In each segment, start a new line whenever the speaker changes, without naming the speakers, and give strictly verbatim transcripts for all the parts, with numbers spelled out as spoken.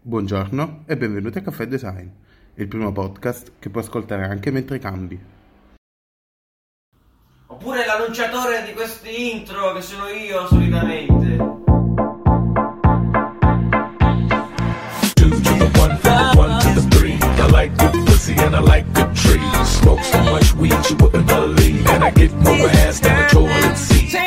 Buongiorno e benvenuti a Caffè Design, il primo podcast che puoi ascoltare anche mentre cambi.
Oppure l'annunciatore di questi intro che sono io solitamente.
Two to the one, from the one to the three. I like good pussy and I like good trees. Smoke so much weed you wouldn't believe. And I get more ass than a toilet seat.
Sì!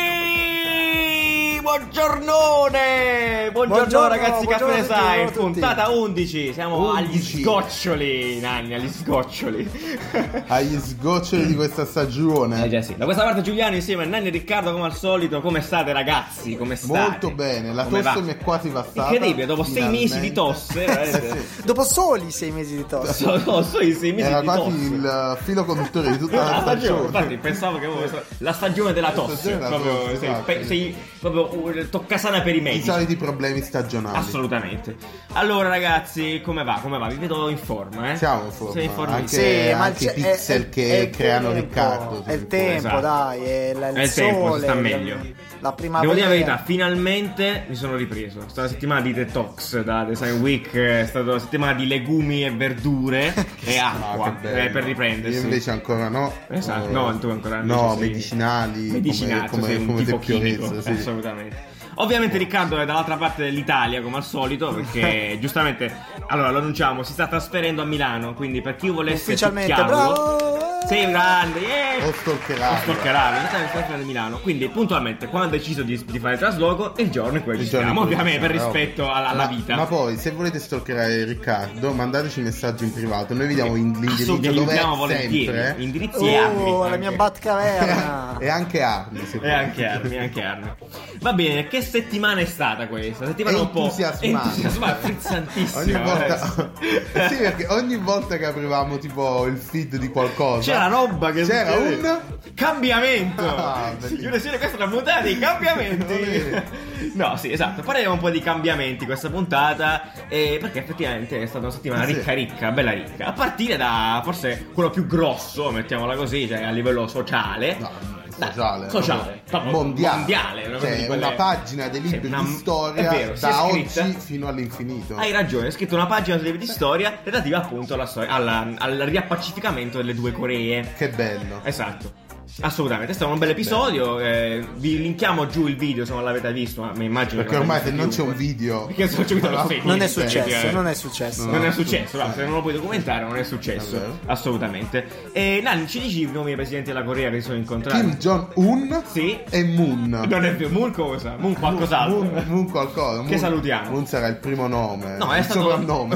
Buongiornone! Buongiorno,
Buongiorno,
ragazzi,
buongiorno
Caffè
a tutti,
Design,
buongiorno a tutti.
puntata undici. Siamo agli
undici.
sgoccioli, Nanni, agli sgoccioli.
Agli sgoccioli di questa stagione.
Eh già sì. Da questa parte Giuliano insieme a Nanni e Riccardo come al solito. Come state, ragazzi? Come state?
Molto bene, la
Come
tosse
va?
mi è quasi passata.
Incredibile, dopo sei
finalmente.
mesi di tosse, veramente.
Dopo soli sei mesi di tosse.
So, so, so i sei mesi
Era
di
quasi
tosse.
il filo conduttore di tutta la
La stagione,
stagione.
infatti pensavo che avevo la stagione della
La
tosse,
stagione della
proprio,
tosse,
sei,
esatto.
pe- sei proprio uh, toccasana per i
I
medici.
soliti problemi stagionali.
Assolutamente. Allora ragazzi, come va? Come va? Vi vedo in forma, eh?
Siamo in forma.
Sei in forma?
Anche,
Sì, ma
anche i
c'è-
pixel
è-
che
è il
creano
tempo,
Riccardo.
È il tempo,
Esatto.
dai, è, la- il,
È il tempo,
sole,
si sta
la-
meglio.
La primavera.
Devo dire la verità, finalmente mi sono ripreso. È stata una settimana di detox da Design Week, è stata una settimana di legumi e verdure e acqua
Ah, che bello.
eh, per riprendersi.
Io invece ancora no.
Esatto,
Eh,
no, tu ancora
no,
invece sei-
medicinali,
Medicinato,
come,
sei
come,
un
come
tipo
secchiorezza,
chimico,
sì.
assolutamente. Ovviamente Riccardo è dall'altra parte dell'Italia come al solito perché giustamente, allora lo annunciamo, si sta trasferendo a Milano, quindi per chi volesse
Ufficialmente,
picchiarlo,
bravo!
sei grande, yeah!
O stalkerarlo.
O stalkerarlo, si sta trasferendo a Milano, quindi puntualmente quando ha deciso di, di fare il trasloco è il giorno in cui ci
Il giorno in
siamo,
cui
ovviamente per
ci siamo,
rispetto
ovvio.
alla, alla
Ma-
vita.
Ma poi, se volete stalkerare Riccardo, mandateci messaggi in privato. Noi vi diamo in- l'indirizzo
Assolutamente,
dove
aiutiamo
è
volentieri.
sempre.
Indirizzi e armi.
Oh, la
anche.
mia Batcaverna.
E anche armi, se
E
volete.
anche armi, anche armi. Va bene, che settimana è stata questa? Settimana un po'
Entusiasmante.
entusiasmante, frizzantissima.
Ogni volta
eh.
sì, perché ogni volta che aprivamo tipo il feed di qualcosa
C'era roba che
c'era
succedeva.
un
Cambiamento.
Ah, bellissimo.
Signore e signori, questa è una puntata di cambiamenti. No, sì, esatto. Parliamo un po' di cambiamenti questa puntata. eh, perché effettivamente è stata una settimana
Sì.
ricca, ricca, bella ricca. A partire da forse quello più grosso, mettiamola così, cioè a livello sociale.
No,
Dai,
sociale,
sociale, proprio
mondiale,
mondiale, una cosa
cioè
di quelle-
una pagina dei
Sì,
libri
una-
di storia
è vero, si è
da
scritta-
oggi fino all'infinito.
Hai ragione, hai scritto una pagina sui libri di storia relativa appunto alla storia, alla- al riappacificamento delle due Coree.
Che bello.
Esatto. Assolutamente, è stato un bel episodio. eh, vi linkiamo giù il video se non l'avete visto, ma mi immagino
Perché
che
ormai
l'avete
se non
visto
c'è un
chiunque.
video
Perché se non c'è un video non sei
Non è
niente,
successo,
effettivamente.
non è successo.
Non è
No.
successo, no, se non lo puoi documentare non è
È
successo.
vero.
Assolutamente. E Nanni, ci dici i nomi dei presidenti della Corea che si sono incontrati?
Kim Jong-un
Sì.
e Moon.
Non è più Moon cosa? Moon qualcos'altro.
Moon, Moon qualcosa.
Che
Moon-
salutiamo.
Moon sarà il primo nome.
No, è
il
stato
soprannome.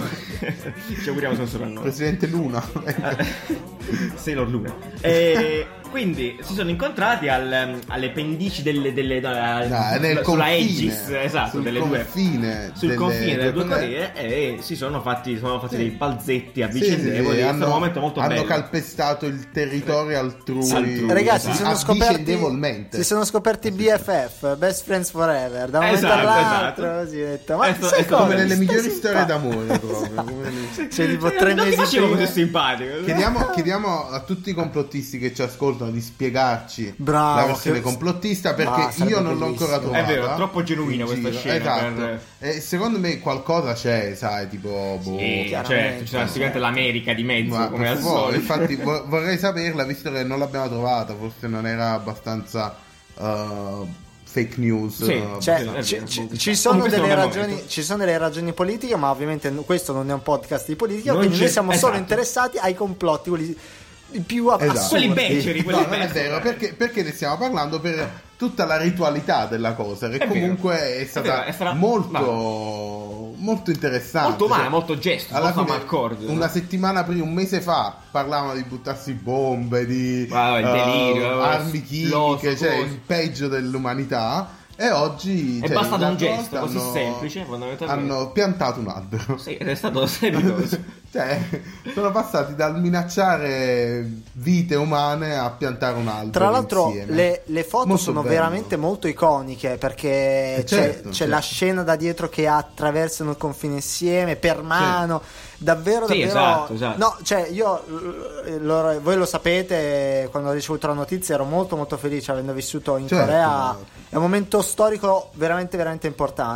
Ci auguriamo sia un soprannome.
Presidente Luna.
Sailor Luna. E quindi si sono incontrati al- alle pendici delle, delle, della-
No, nel
sulla
confine,
Aegis, esatto,
sul
delle
confine
due sul
delle
confine delle
due
due
Coree.
Coree e si sono fatti, sono fatti
Sì.
dei balzetti a
Sì, sì,
vicendevoli.
sì,
è stato
hanno,
un momento molto
hanno
bello.
calpestato il territorio altrui.
Altrui,
Ragazzi, si
esatto.
sono scoperti
Vicendevolmente.
si sono scoperti B F F, Best Friends Forever, da un momento
Esatto,
all'altro,
esatto.
così ho detto, ma
È sta-
sai
è stato
Come
cosa?
nelle
Stai
migliori
simpatico.
storie d'amore proprio. come nelle-
Cioè, tipo
Eh,
tre
non ti
mesi
facevo
prima.
così simpatico.
Chiediamo, chiediamo a tutti i complottisti che ci ascoltano di spiegarci
Bravo,
la versione
che-
complottista perché
Ah, sarebbe
io non l'ho
bellissimo.
ancora trovata.
È vero, è troppo genuina
in
questa
giro.
scena
Esatto.
per-
E secondo me qualcosa c'è, sai, tipo boh,
Sì,
chiaramente.
certo, ci sarà sicuramente l'America di mezzo
ma
come al
per favore,
solito.
infatti vo- vorrei saperla visto che non l'abbiamo trovata, forse non era abbastanza uh, fake news.
Sì,
uh,
Cioè,
Sì, è
ci,
vero.
ci- ci sono
Comunque
delle
questo è un bel
ragioni,
momento.
ci sono delle ragioni politiche, ma ovviamente n- questo non è un podcast di politica,
Non
quindi
c'è-
noi siamo solo
esatto.
interessati ai complotti, quelli i più a-
Esatto.
assurdi.
Quelli beceri, quelli
No, non è
beceri.
vero, perché, perché ne stiamo parlando per tutta la ritualità della cosa, che
È
comunque
vero.
è stata
È vero, è stata-
molto, molto interessante.
Molto umana,
Cioè,
molto gesto,
alla
molto
fine,
amarcord, no?
una settimana prima, un mese fa, parlavano di buttarsi bombe, di
Ah, il
eh,
delirio,
armi
l'oso,
chimiche, cioè
cose.
il peggio dell'umanità. E oggi
È
cioè,
bastato un
l'altra
gesto
volta
così
hanno-
semplice, fondamentalmente.
hanno piantato un albero.
Sì, ed è stato strepitoso.
Cioè, sono passati dal minacciare vite umane a piantare un albero.
Tra l'altro
insieme.
le, le foto
Molto
sono
bello.
veramente molto iconiche, perché
Eh,
c'è,
certo,
c'è
certo.
la scena da dietro che attraversano il confine insieme per mano. Davvero,
Sì,
davvero.
esatto, esatto.
No, cioè io eh, lo- voi lo sapete, quando ho ricevuto la notizia ero molto molto felice, avendo vissuto in
Certo.
Corea. È un momento storico veramente veramente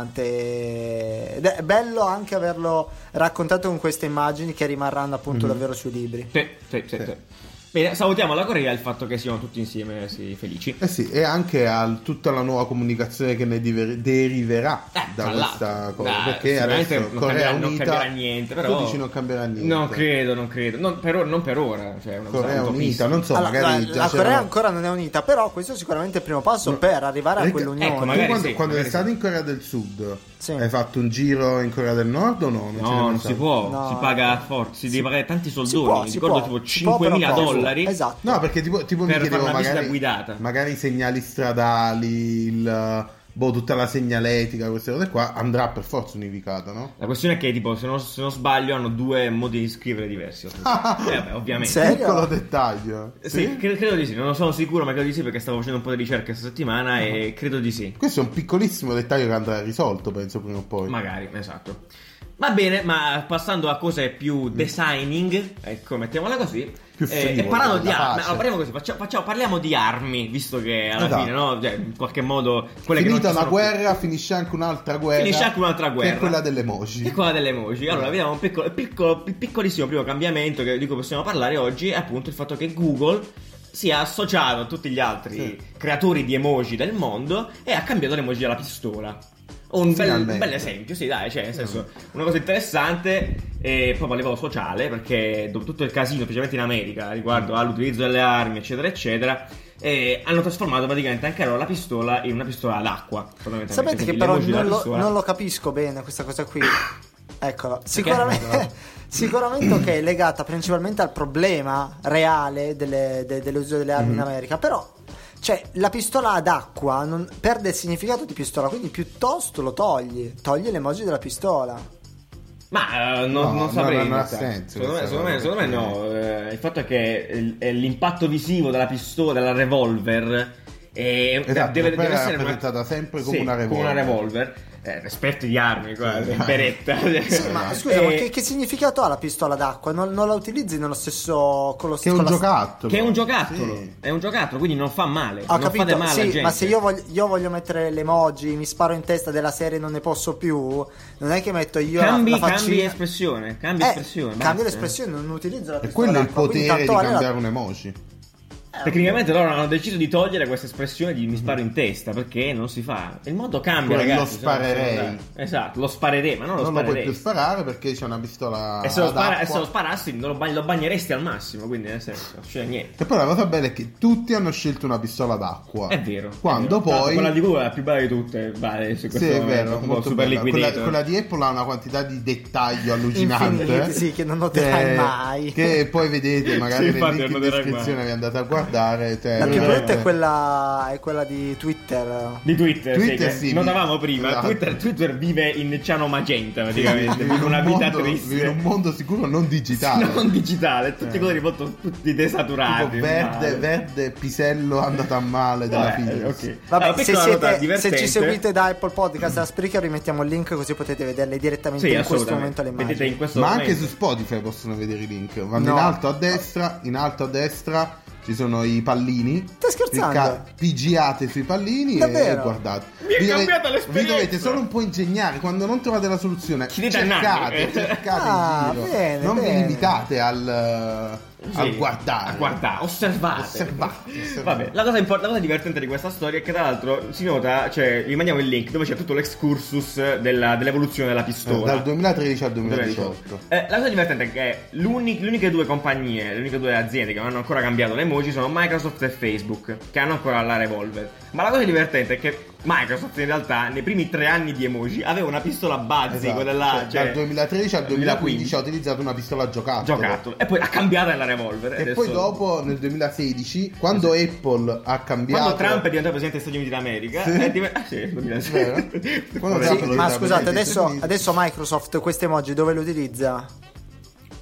importante, ed è bello anche averlo raccontato con queste immagini che rimarranno appunto
Mhm.
davvero sui libri.
Sì, sì, sì, sì. Bene, salutiamo la Corea e il fatto che siano tutti insieme sì, felici.
Eh sì, e anche a tutta la nuova comunicazione che ne diver- deriverà
Eh,
da
tra
questa
l'altro.
cosa.
Dai,
perché
sicuramente
adesso
non
Corea
cambierà- non
Unita.
cambierà niente, però-
Tu dici non cambierà niente.
Non credo, non credo. Non per, or- non per ora. Cioè, è una cosa
Corea
utopistica.
Unita, non so,
Allora,
magari
la,
già
la
c'era-
Corea ancora non è unita, però questo è sicuramente il primo passo per arrivare a
Perché-
quell'unione.
ecco,
Tu
magari
quando,
sì,
quando
magari
sei stato
sì.
in Corea del Sud
Sì.
hai fatto un giro in Corea del Nord o no? Non ce n'è
No,
mai
non si
stato.
può,
No.
si paga forte, si deve pagare tanti
Si
soldoni,
può,
mi
si
ricordo
può,
tipo
si può, però
cinquemila
poco.
dollari.
Esatto.
No, perché tipo, tipo mi
Per
chiedevo
fare una visita
magari,
guidata.
magari i segnali stradali, il, boh, tutta la segnaletica, queste cose qua andrà per forza unificata, no?
La questione è che tipo se non, se non sbaglio hanno due modi di scrivere diversi. eh, vabbè, ovviamente.
Serio?
Piccolo dettaglio.
Sì, cre- credo di sì, non sono sicuro, ma credo di sì perché stavo facendo un po' di ricerca questa settimana e credo di sì.
Questo è un piccolissimo dettaglio che andrà risolto, penso, prima o poi.
Magari, esatto. Va bene, ma passando a cose più designing, ecco, mettiamola così.
Più
eh, e
frivole,
parlando di
della
armi,
pace.
allora, parliamo così, facciamo, facciamo- parliamo di armi, visto che alla
Esatto.
fine, no? Cioè, in qualche modo quelle
Finita
che non
una
ci sono più.
guerra, finisce anche un'altra guerra.
Finisce anche un'altra
Che
guerra.
è quella delle emoji.
Che è quella delle emoji. Allora, vediamo un piccolo, piccolo, piccolissimo primo cambiamento che, di cui possiamo parlare oggi è appunto il fatto che Google si è associato a tutti gli altri
Sì.
creatori di emoji del mondo e ha cambiato l'emoji alla pistola. Un bel,
Finalmente.
un bel esempio, sì, dai, cioè, nel senso, una cosa interessante e proprio a livello sociale, perché dopo tutto il casino, specialmente in America, riguardo all'utilizzo delle armi, eccetera, eccetera, eh, hanno trasformato praticamente anche loro la pistola in una pistola ad acqua. fondamentalmente.
Sapete che
Quindi
però
l'emoji della
non lo,
pistola-
non lo capisco bene questa cosa qui. Ecco, sicuramente, sicuramente ok, è legata principalmente al problema reale delle, de- dell'uso delle armi
Mhm.
in America, però cioè la pistola ad acqua non, perde il significato di pistola, quindi piuttosto lo togli, togli l'emoji della pistola.
Ma eh, non,
No,
non
no,
saprei.
no,
in
non ha
realtà.
senso
Secondo me,
questa
secondo me,
cosa,
secondo me no. eh, il fatto è che il- è l'impatto visivo della pistola, della revolver, eh,
Esatto,
deve,
poi
deve
era
essere
rappresentata sempre come
sì,
una revolver.
Come una revolver. Eh, esperti di armi, qua,
Sì.
beretta.
Sì, ma scusa, ma
Eh,
che, che significato ha la pistola d'acqua? Non, non la utilizzi nello stesso con lo
Che è un
con la-
giocattolo.
Che è un giocattolo,
Sì.
è un giocattolo, quindi non fa male.
Ho
non
capito,
fate male alla
sì,
gente.
ma se io voglio, io voglio mettere l'emoji, mi sparo in testa della serie non ne posso più, non è che metto io
cambi,
la, la
cambi
faccina.
espressione, cambi
Eh,
espressione.
cambio
basta.
l'espressione, non utilizzo la
E
pistola
quello è il
d'acqua, quindi
potere di
tanto vale la-
cambiare un emoji.
Tecnicamente loro hanno deciso di togliere questa espressione di mi sparo in testa perché non si fa. Il mondo cambia,
Quello
ragazzi.
lo sparerei.
Esatto, lo sparerei, ma non lo
Non lo puoi
sparerei.
più sparare perché c'è una pistola
E se lo,
ad
spara- e
acqua.
se lo sparassi lo, bag- lo bagneresti al massimo, quindi nel senso, non c'è niente.
E poi la cosa bella è che tutti hanno scelto una pistola d'acqua.
È vero.
Quando
è vero. Tanto
poi...
quella di Google è la più bella di tutte, vale, su questo
Sì, è
momento,
vero,
un po'
molto
super
bella. Quella,
liquidator.
quella di Apple ha una quantità di dettaglio allucinante.
Infiniti, sì, che non noterai mai.
Che poi vedete magari
Sì,
nel
infatti,
link in
non noterai
descrizione
mai.
vi andate a guardare. Cioè,
La più
veramente-
brutta è quella, è quella di Twitter.
Di Twitter,
Twitter,
sì,
sì,
che notavamo prima.
esatto.
Twitter, Twitter vive in ciano magenta praticamente,
Vive in
vive una
un
vita
mondo-
triste.
vive in un mondo sicuro non digitale.
non digitale, tutti
Eh.
colori molto tutti desaturati.
Tipo verde,
male.
verde, pisello andata a male della
Vabbè,
figlia.
ok.
Vabbè,
Allora,
se,
piccola nota
siete, se
divertente.
ci seguite da Apple Podcast a Spreaker, rimettiamo il link così potete vederle direttamente
Sì,
in questo
assolutamente.
momento le
Vedete
immagini.
in questo
Ma
momento.
anche su Spotify possono vedere i link. Vanno
No.
in alto a destra, in alto a destra ci sono i pallini.
Stai scherzando?
Clicca- pigiate sui pallini
Davvero?
e guardate.
Mi è
Vi dove-
cambiata
Vi
l'esperienza.
dovete solo un po' ingegnare. Quando non trovate la soluzione,
Chiedete a
cercate,
Nanni.
cercate
Ah,
in giro.
bene,
non vi
bene.
limitate al,
Sì,
al guardare.
a guardare, osservate.
Osservate, osservate.
Vabbè, la cosa, impor- la cosa divertente di questa storia è che tra l'altro si nota, cioè, vi mandiamo il link dove c'è tutto l'excursus della- dell'evoluzione della
Eh,
pistola.
Dal duemilatredici al duemiladiciotto.
Eh, la cosa divertente è che l'uni- le uniche due compagnie, le uniche due aziende che non hanno ancora cambiato le emoji sono Microsoft e Facebook, che hanno ancora la revolver. Ma la cosa divertente è che Microsoft in realtà nei primi tre anni di emoji aveva una pistola Buzzy,
Esatto,
quella là,
cioè,
cioè,
dal duemilatredici al duemilaquindici ha
duemilaquindici,
utilizzato una pistola giocattolo.
giocattolo, e poi ha cambiato nella revolver.
E
adesso-
poi dopo nel duemilasedici, quando Apple ha cambiato,
quando Trump è diventato presidente degli Stati Uniti d'America,
Sì.
è div- ah, sì, duemilasei.
Vero? Quando
Vabbè,
Trump
Sì,
lo
ma
dà
scusate,
per
adesso,
definito.
adesso Microsoft queste emoji dove le utilizza?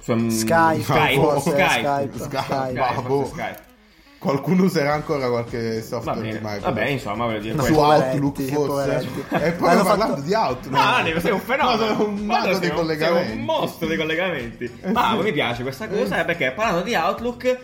su um,
Skype,
Skype,
forse,
Skype,
Skype,
Skype,
Skype.
ma boh.
Skype.
Qualcuno userà ancora qualche
Va
software
bene,
di Microsoft.
vabbè, insomma, voglio dire,
No,
poi-
Su
poveretti,
Outlook forse.
poveretti.
E poi
Hanno
parlando
fatto-
di Outlook.
Ah, Dave, sei un fenomeno.
No, sono un
Guarda,
mago
sei
dei
un-
collegamenti.
sei un mostro dei collegamenti. Ma mi piace questa cosa perché parlando di Outlook,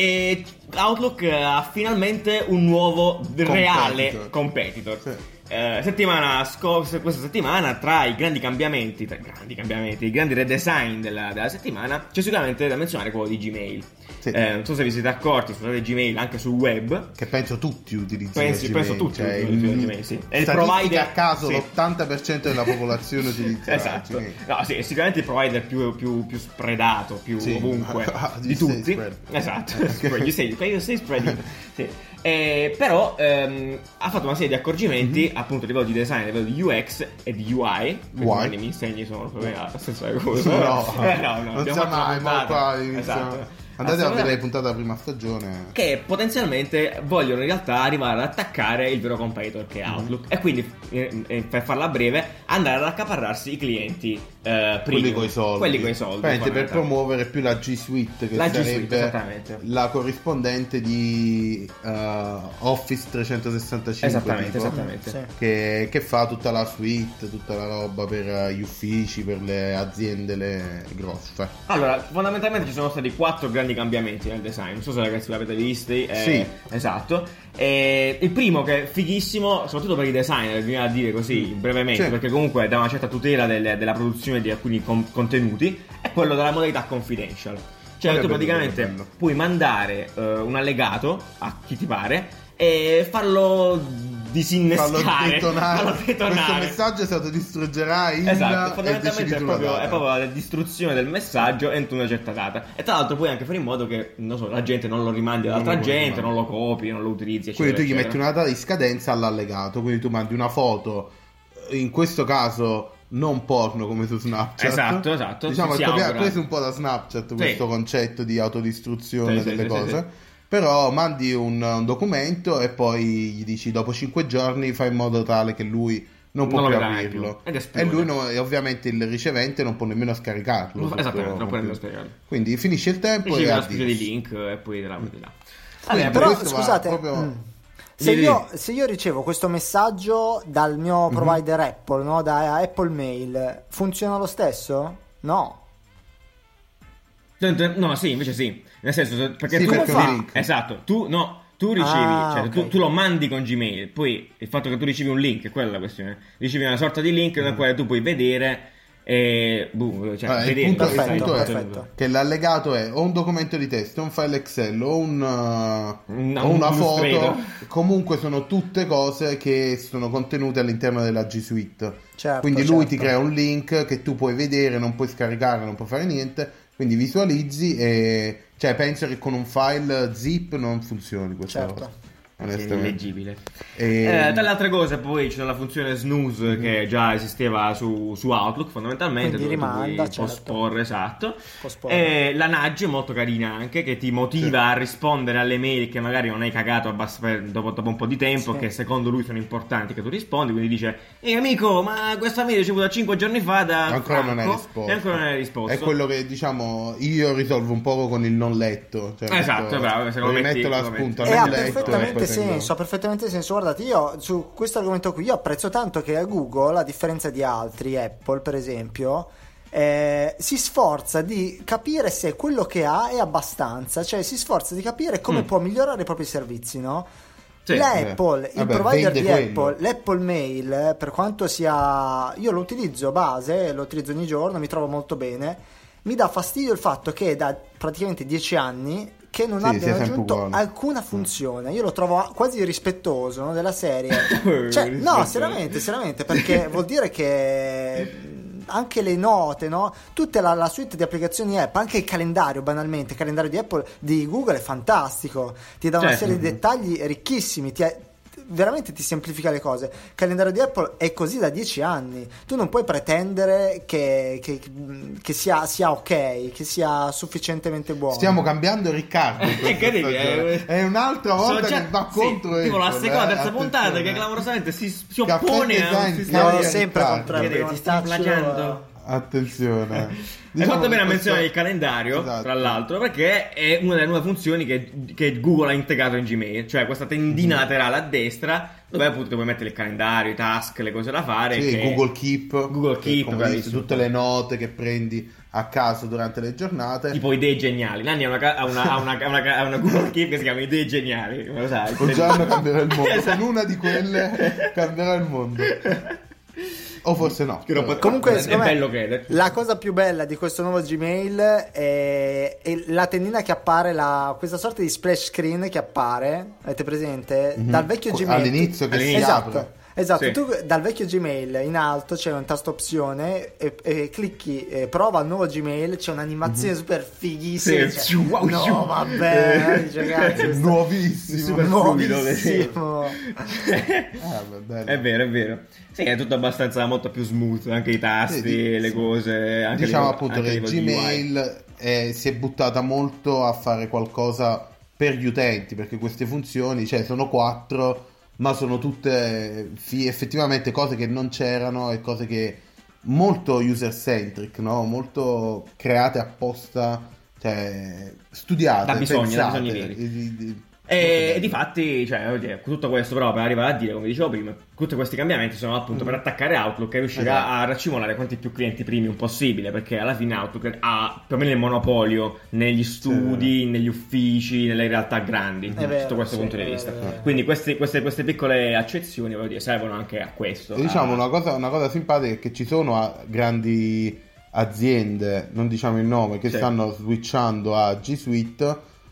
e Outlook ha finalmente un nuovo reale competitor.
Sì.
Eh, settimana scorsa, questa settimana, tra i grandi cambiamenti, tra i grandi cambiamenti, i grandi redesign della, della settimana, c'è sicuramente da menzionare quello di Gmail.
Sì.
Eh, non so se vi siete accorti, scusate Gmail anche sul web.
Che penso tutti utilizzano
Pensi-
Gmail,
penso tutti
cioè,
utilizzano
il-
Gmail, sì. È il
statistica
provider-
a caso
sì.
l'ottanta per cento della popolazione utilizza
Esatto,
Gmail.
no, sì, è sicuramente il provider più, più, più spredato, più
Sì.
ovunque
Ah,
di
you say
tutti.
spread.
Esatto, spread, you say, you say spreading. Sì. Eh, però ehm, ha fatto una serie di accorgimenti
Mm-hmm.
appunto a livello di design, a livello di U X e di U I.
Why?
I miei insegni sono proprio la stessa cosa.
No,
Eh, no, no,
non
abbiamo
sia
fatto una
mai, ma
puntata.
qua inizia-
Esatto.
Andate a vedere
Assolutamente.
le puntate della prima stagione.
Che potenzialmente vogliono in realtà arrivare ad attaccare il vero competitor che è Outlook e quindi eh, eh, per farla breve andare ad accaparrarsi i clienti eh,
Quelli
premium,
coi soldi.
quelli coi soldi
Praticamente per
fondamentalmente.
promuovere più la G Suite, che
La G Suite,
sarebbe
esattamente.
la corrispondente di eh, Office trecentosessantacinque,
Esattamente,
tipo,
esattamente.
Sì.
Che, che fa tutta la suite, tutta la roba per eh, gli uffici, per le aziende le grosse.
Allora, fondamentalmente ci sono stati quattro grandi cambiamenti nel design. Non so se ragazzi l'avete visti. eh,
Sì.
Esatto. E il primo che è fighissimo, soprattutto per i designer, bisogna dire così brevemente,
Sì.
perché comunque dà una certa tutela del- della produzione di alcuni con- contenuti, è quello della modalità confidential. Cioè
Quello
tu
è bello,
praticamente
bello, bello.
puoi mandare eh, un allegato a chi ti pare e farlo disinnescare,
Fallo detonare.
farlo detonare.
Questo messaggio è stato distruggerà il
Esatto,
e
fondamentalmente
decidi
è
tu la
proprio,
data.
è proprio la distruzione del messaggio entro una certa data. E tra l'altro puoi anche fare in modo che non so, la gente non lo rimandi ad
Non
altra
lo
gente,
rimandi.
non lo copi, non lo utilizzi, eccetera.
Quindi tu gli
eccetera.
metti una data di scadenza all'allegato, quindi tu mandi una foto, in questo caso non porno come su Snapchat.
Esatto, esatto,
Diciamo
si
che ha
augura.
preso un po' da Snapchat questo concetto di autodistruzione
Sì, sì,
delle
sì,
cose.
sì, sì.
Però mandi un, un documento e poi gli dici dopo cinque giorni fai in modo tale che lui non può
Non lo
più
vedrà mai
aprirlo.
più. Ed
E
esplode.
lui no- e ovviamente il ricevente non può nemmeno scaricarlo.
No,
sul
esattamente,
suo
non puoi nemmeno
computer.
spiegarlo.
Quindi finisce il tempo
Ricevi
e
una specie di
addio.
link e poi te la vedi là.
Quindi
Vabbè,
Però
questo va
scusate,
proprio-
mm, se,
Di-
io, se io ricevo questo messaggio dal
Mhm.
mio provider Apple, no? Da Apple Mail, funziona lo stesso? No.
No, sì, invece sì. Nel senso, se- perché
Sì,
tu
perché
fa-
è un link.
Esatto, tu no, tu ricevi,
Ah,
cioè
ok.
tu, tu lo mandi con Gmail, poi il fatto che tu ricevi un link, è quella la questione. Ricevi una sorta di link nel quale tu puoi vedere e boh, cioè,
Ah, il
vedere
punto,
cosa
il
stai
punto è
perfetto.
che l'allegato è o un documento di testo, un file Excel o, un, uh,
Una-
o una
un
foto.
Illustrator.
Comunque sono tutte cose che sono contenute all'interno della G Suite.
Certo,
Quindi lui
certo.
ti crea un link che tu puoi vedere, non puoi scaricare, non puoi fare niente. Quindi visualizzi e cioè penso che con un file zip non funzioni questa
Certo.
cosa.
È
Onestamente.
illeggibile.
E-
Eh, tra le altre cose poi c'è la funzione snooze che già esisteva su, su Outlook fondamentalmente,
Quindi
dove tu
rimanda,
puoi
certo.
posporre, esatto.
Posporre.
E la nudge è molto carina anche, che ti motiva a rispondere alle mail che magari non hai cagato abbast- per- dopo, dopo un po' di tempo,
Sì.
che secondo lui sono importanti che tu rispondi, quindi dice ehi amico, ma questa mail ricevuta cinque giorni fa da
ancora non hai
Franco,
risposto.
e ancora non hai risposto.
È quello che diciamo io risolvo un poco con il non letto. Cioè,
Esatto,
metto-
bravo, se lo metti-
rimetto la
lo metti.
spunta
E
nel
ha
letto e
perfettamente
poi tengo-
senso, ha perfettamente senso. Guardate, io su questo argomento qui io apprezzo tanto che a Google, a differenza di altri, Apple per esempio, eh, si sforza di capire se quello che ha è abbastanza, cioè si sforza di capire come
Mm.
può migliorare i propri servizi, no?
Sì,
L'Apple,
eh.
il
Vabbè,
provider
vende
di
quello.
Apple, l'Apple Mail, eh, per quanto sia, io lo utilizzo base, lo utilizzo ogni giorno, mi trovo molto bene. Mi dà fastidio il fatto che da praticamente dieci anni che non
Sì,
abbiano
sia sempre
aggiunto
uguale.
alcuna funzione. Io lo trovo quasi irrispettoso, no, della serie. Cioè, no,
Rispettoso.
seriamente, seriamente, perché vuol dire che mh, anche le note, no? Tutta la, la suite di applicazioni app, anche il calendario, banalmente, il calendario di Apple, di Google è fantastico. Ti dà una
Certo.
serie di dettagli ricchissimi, ti veramente ti semplifica le cose. Il calendario di Apple è così da dieci anni. Tu non puoi pretendere che, che, che sia, sia ok, che sia sufficientemente buono.
Stiamo cambiando Riccardo in questa
Incredibile,
stagione.
eh.
È un'altra
Sono
volta
già-
che va
sì,
contro
tipo la
Apple,
seconda,
eh,
terza puntata che
attenzione.
clamorosamente si, si
Caffè
oppone a un
design
sistema
Io
Sì,
sempre
Riccardo.
contro
Che
Apple,
ti stai
taccio-
plagiando?
Attenzione.
Hai
Diciamo
fatto bene
che
a menzionare il
questo-
calendario,
Esatto.
tra l'altro, perché è una delle nuove funzioni che, che Google ha integrato in Gmail, cioè questa tendina
Mhm.
laterale a destra dove appunto puoi mettere il calendario, i task, le cose da fare.
Sì,
che-
Google Keep,
Google
che,
Keep,
come
bravissimo.
dici, tutte le note che prendi a caso durante le giornate.
Tipo idee geniali. Nanni ha una, ca- ha una, ha una, ha una, ha una Google Keep che si chiama idee geniali. Lo sai?
Un giorno cambierà il mondo.
Esatto.
Con una di quelle cambierà il mondo. O forse no.
Che non può-
Comunque,
è
secondo me,
bello che
la cosa più bella di questo nuovo Gmail è, è la tendina che appare, la, questa sorta di splash screen che appare, avete presente?
Mhm.
Dal vecchio
Co-
Gmail.
all'inizio che
All'inizio.
si
Esatto.
apre.
Esatto,
Sì.
tu dal vecchio Gmail in alto c'è un tasto opzione e, e clicchi eh, prova il nuovo Gmail, c'è un'animazione super fighissima.
Sì,
cioè,
ciu, wow, ciu.
no, vabbè, dice, cazzo, questo-
Nuovissimo.
Super fluido,
nuovissimo.
Ah, beh, bello.
È vero, è vero. Sì, è tutto abbastanza molto più smooth, anche i tasti,
Sì, sì,
le
sì.
cose. Anche
Diciamo
le-
appunto
anche
che
a livello di U I.
Gmail eh, si è buttata molto a fare qualcosa per gli utenti, perché queste funzioni, cioè sono quattro, ma sono tutte fi- effettivamente cose che non c'erano e cose che molto user centric, no? Molto create apposta, cioè studiate,
Da bisogno, da
pensate,
bisogni veri.
di- di- di-
E,
molto
e
bello.
di fatti, cioè, voglio dire, tutto questo però per arrivare a dire, come dicevo prima, tutti questi cambiamenti sono appunto per attaccare Outlook e riuscire
Esatto.
a, a raccimolare quanti più clienti premium possibile, perché alla fine Outlook ha più o meno il monopolio negli studi, negli uffici, nelle realtà grandi,
È vero,
sotto questo
sì,
punto di
è vero,
vista.
è vero.
Quindi questi- queste, queste piccole accezioni, voglio dire, servono anche a questo.
E diciamo
a-
una cosa, una cosa simpatica è che ci sono a- grandi aziende, non diciamo il nome, che
Sì.
stanno switchando a G Suite,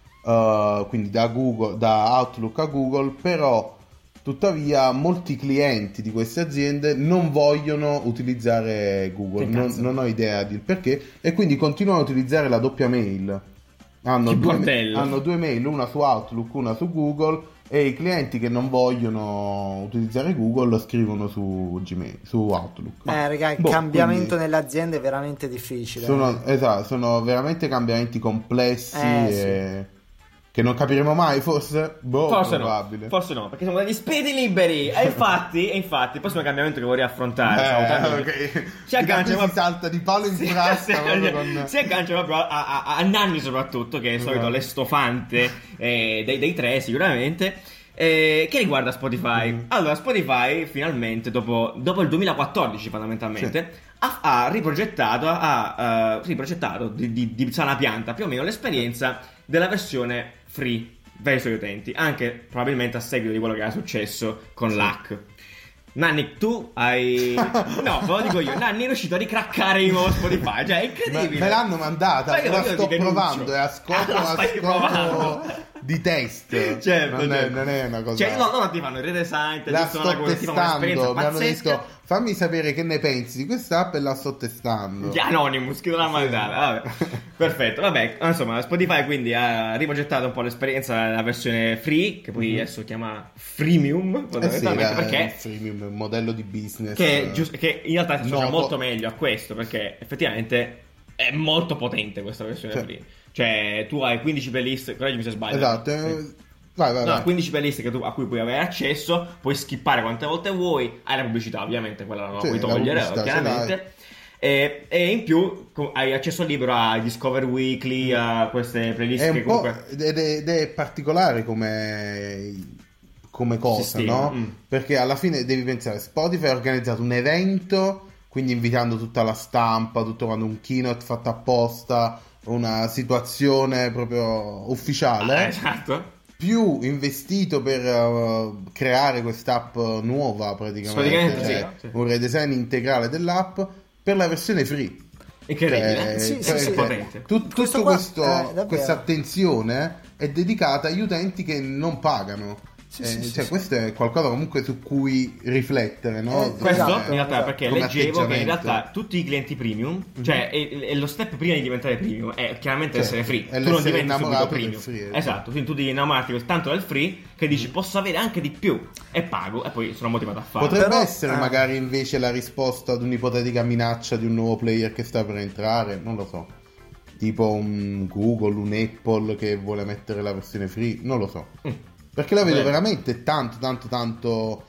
uh, quindi da Google, da Outlook a Google, però tuttavia molti clienti di queste aziende non vogliono utilizzare Google,
Che
non,
cazzo?
non ho idea del perché, e quindi continuano a utilizzare la doppia mail. Hanno
Che
due,
bordello.
hanno due mail, una su Outlook, una su Google, e i clienti che non vogliono utilizzare Google scrivono su Gmail, su Outlook.
Eh, raga, il
Boh,
cambiamento
quindi
nelle aziende è veramente difficile.
sono, esatto, sono veramente cambiamenti complessi
Eh,
e che non capiremo mai, forse? Boh,
Forse
probabile.
no, forse no, perché siamo degli spiriti liberi. E infatti, e infatti, il prossimo cambiamento che vorrei affrontare, salutando-
Eh, ok.
si aggancia
Da qui
ma-
si salta di palo in
si,
frasca
si-
proprio con...
si aggancia proprio a, a, a- a Nanni soprattutto, che è il solito
Esatto.
l'estofante eh, dei, dei tre sicuramente, eh, che riguarda Spotify.
Mm.
Allora, Spotify finalmente, dopo, dopo il duemilaquattordici fondamentalmente, ha, ha riprogettato, ha eh, riprogettato di, di, di sana pianta più o meno l'esperienza della versione free verso gli utenti, anche probabilmente a seguito di quello che era successo con l'hack. Nanni, tu hai... No, ve lo dico io, Nanni è riuscito a ricraccare di nuovo Spotify, cioè è
Me,
incredibile.
me l'hanno mandata,
Ma io-
la
io
sto
ti denuncio.
provando, è a scopo,
Ah, la
a
stai
scopo
provando.
di test.
Certo,
non, è,
certo.
non è una cosa...
Cioè, no, loro ti fanno il redesign, ti
La
fanno
sto
una cosa, ti fanno un'esperienza
testando, mi hanno
pazzesca.
detto fammi sapere che ne pensi di quest'app e la sto testando.
Gli Anonymous, che non l'ha mandata. Vabbè. Perfetto, vabbè. Insomma, Spotify quindi ha riprogettato un po' l'esperienza della versione free, che poi adesso chiama freemium,
Eh sì,
fondamentalmente,
era il
perché
freemium, un modello di business.
che, è giust- che in realtà si associa
Noto.
molto meglio a questo, perché effettivamente è molto potente questa versione
Sì.
free. Cioè, tu hai quindici playlist, correggimi se sbaglio.
Esatto,
Sì.
eh, vai vai
No,
vai.
quindici playlist che tu, a cui puoi avere accesso, puoi skippare quante volte vuoi, hai la pubblicità ovviamente, quella non la
Sì,
puoi
la
togliere,
pubblicità,
chiaramente. E, e in più co- hai accesso libero a Discover Weekly, a queste playlist
È
che
un po'
comunque...
ed è, ed è particolare come, come cosa,
Sistema,
no?
mm.
Perché alla fine devi pensare, Spotify ha organizzato un evento, quindi invitando tutta la stampa, tutto quanto, un keynote fatto apposta, una situazione proprio ufficiale.
Ah, esatto.
Più investito per uh, creare quest'app nuova praticamente,
Praticamente
cioè,
sì, sì.
un redesign integrale dell'app per la versione free.
Incredibile.
Cioè,
Sì,
cioè,
sì, sì.
cioè, tut-
Questo
tutto
qua-
questo,
eh, davvero.
questa attenzione è dedicata agli utenti che non pagano.
Sì,
Eh,
sì, sì,
cioè,
sì.
questo è qualcosa comunque su cui riflettere, no?
Eh,
Questo
Esatto,
in realtà
esatto.
perché
Come
leggevo che in
atteggiamento.
realtà tutti i clienti premium, cioè e, e lo step prima di diventare premium è chiaramente
Certo,
essere free.
è
Tu non
l'essere
diventi subito
innamorato del
premium.
free, esatto.
Esatto, quindi tu devi innamorarti tanto del free che dici posso avere anche di più e pago e poi sono motivato a farlo.
Potrebbe
Però-
essere
eh.
magari invece la risposta ad un'ipotetica minaccia di un nuovo player che sta per entrare, non lo so. Tipo un Google, un Apple che vuole mettere la versione free, non lo so.
Mm.
Perché la vedo
Beh.
veramente tanto, tanto, tanto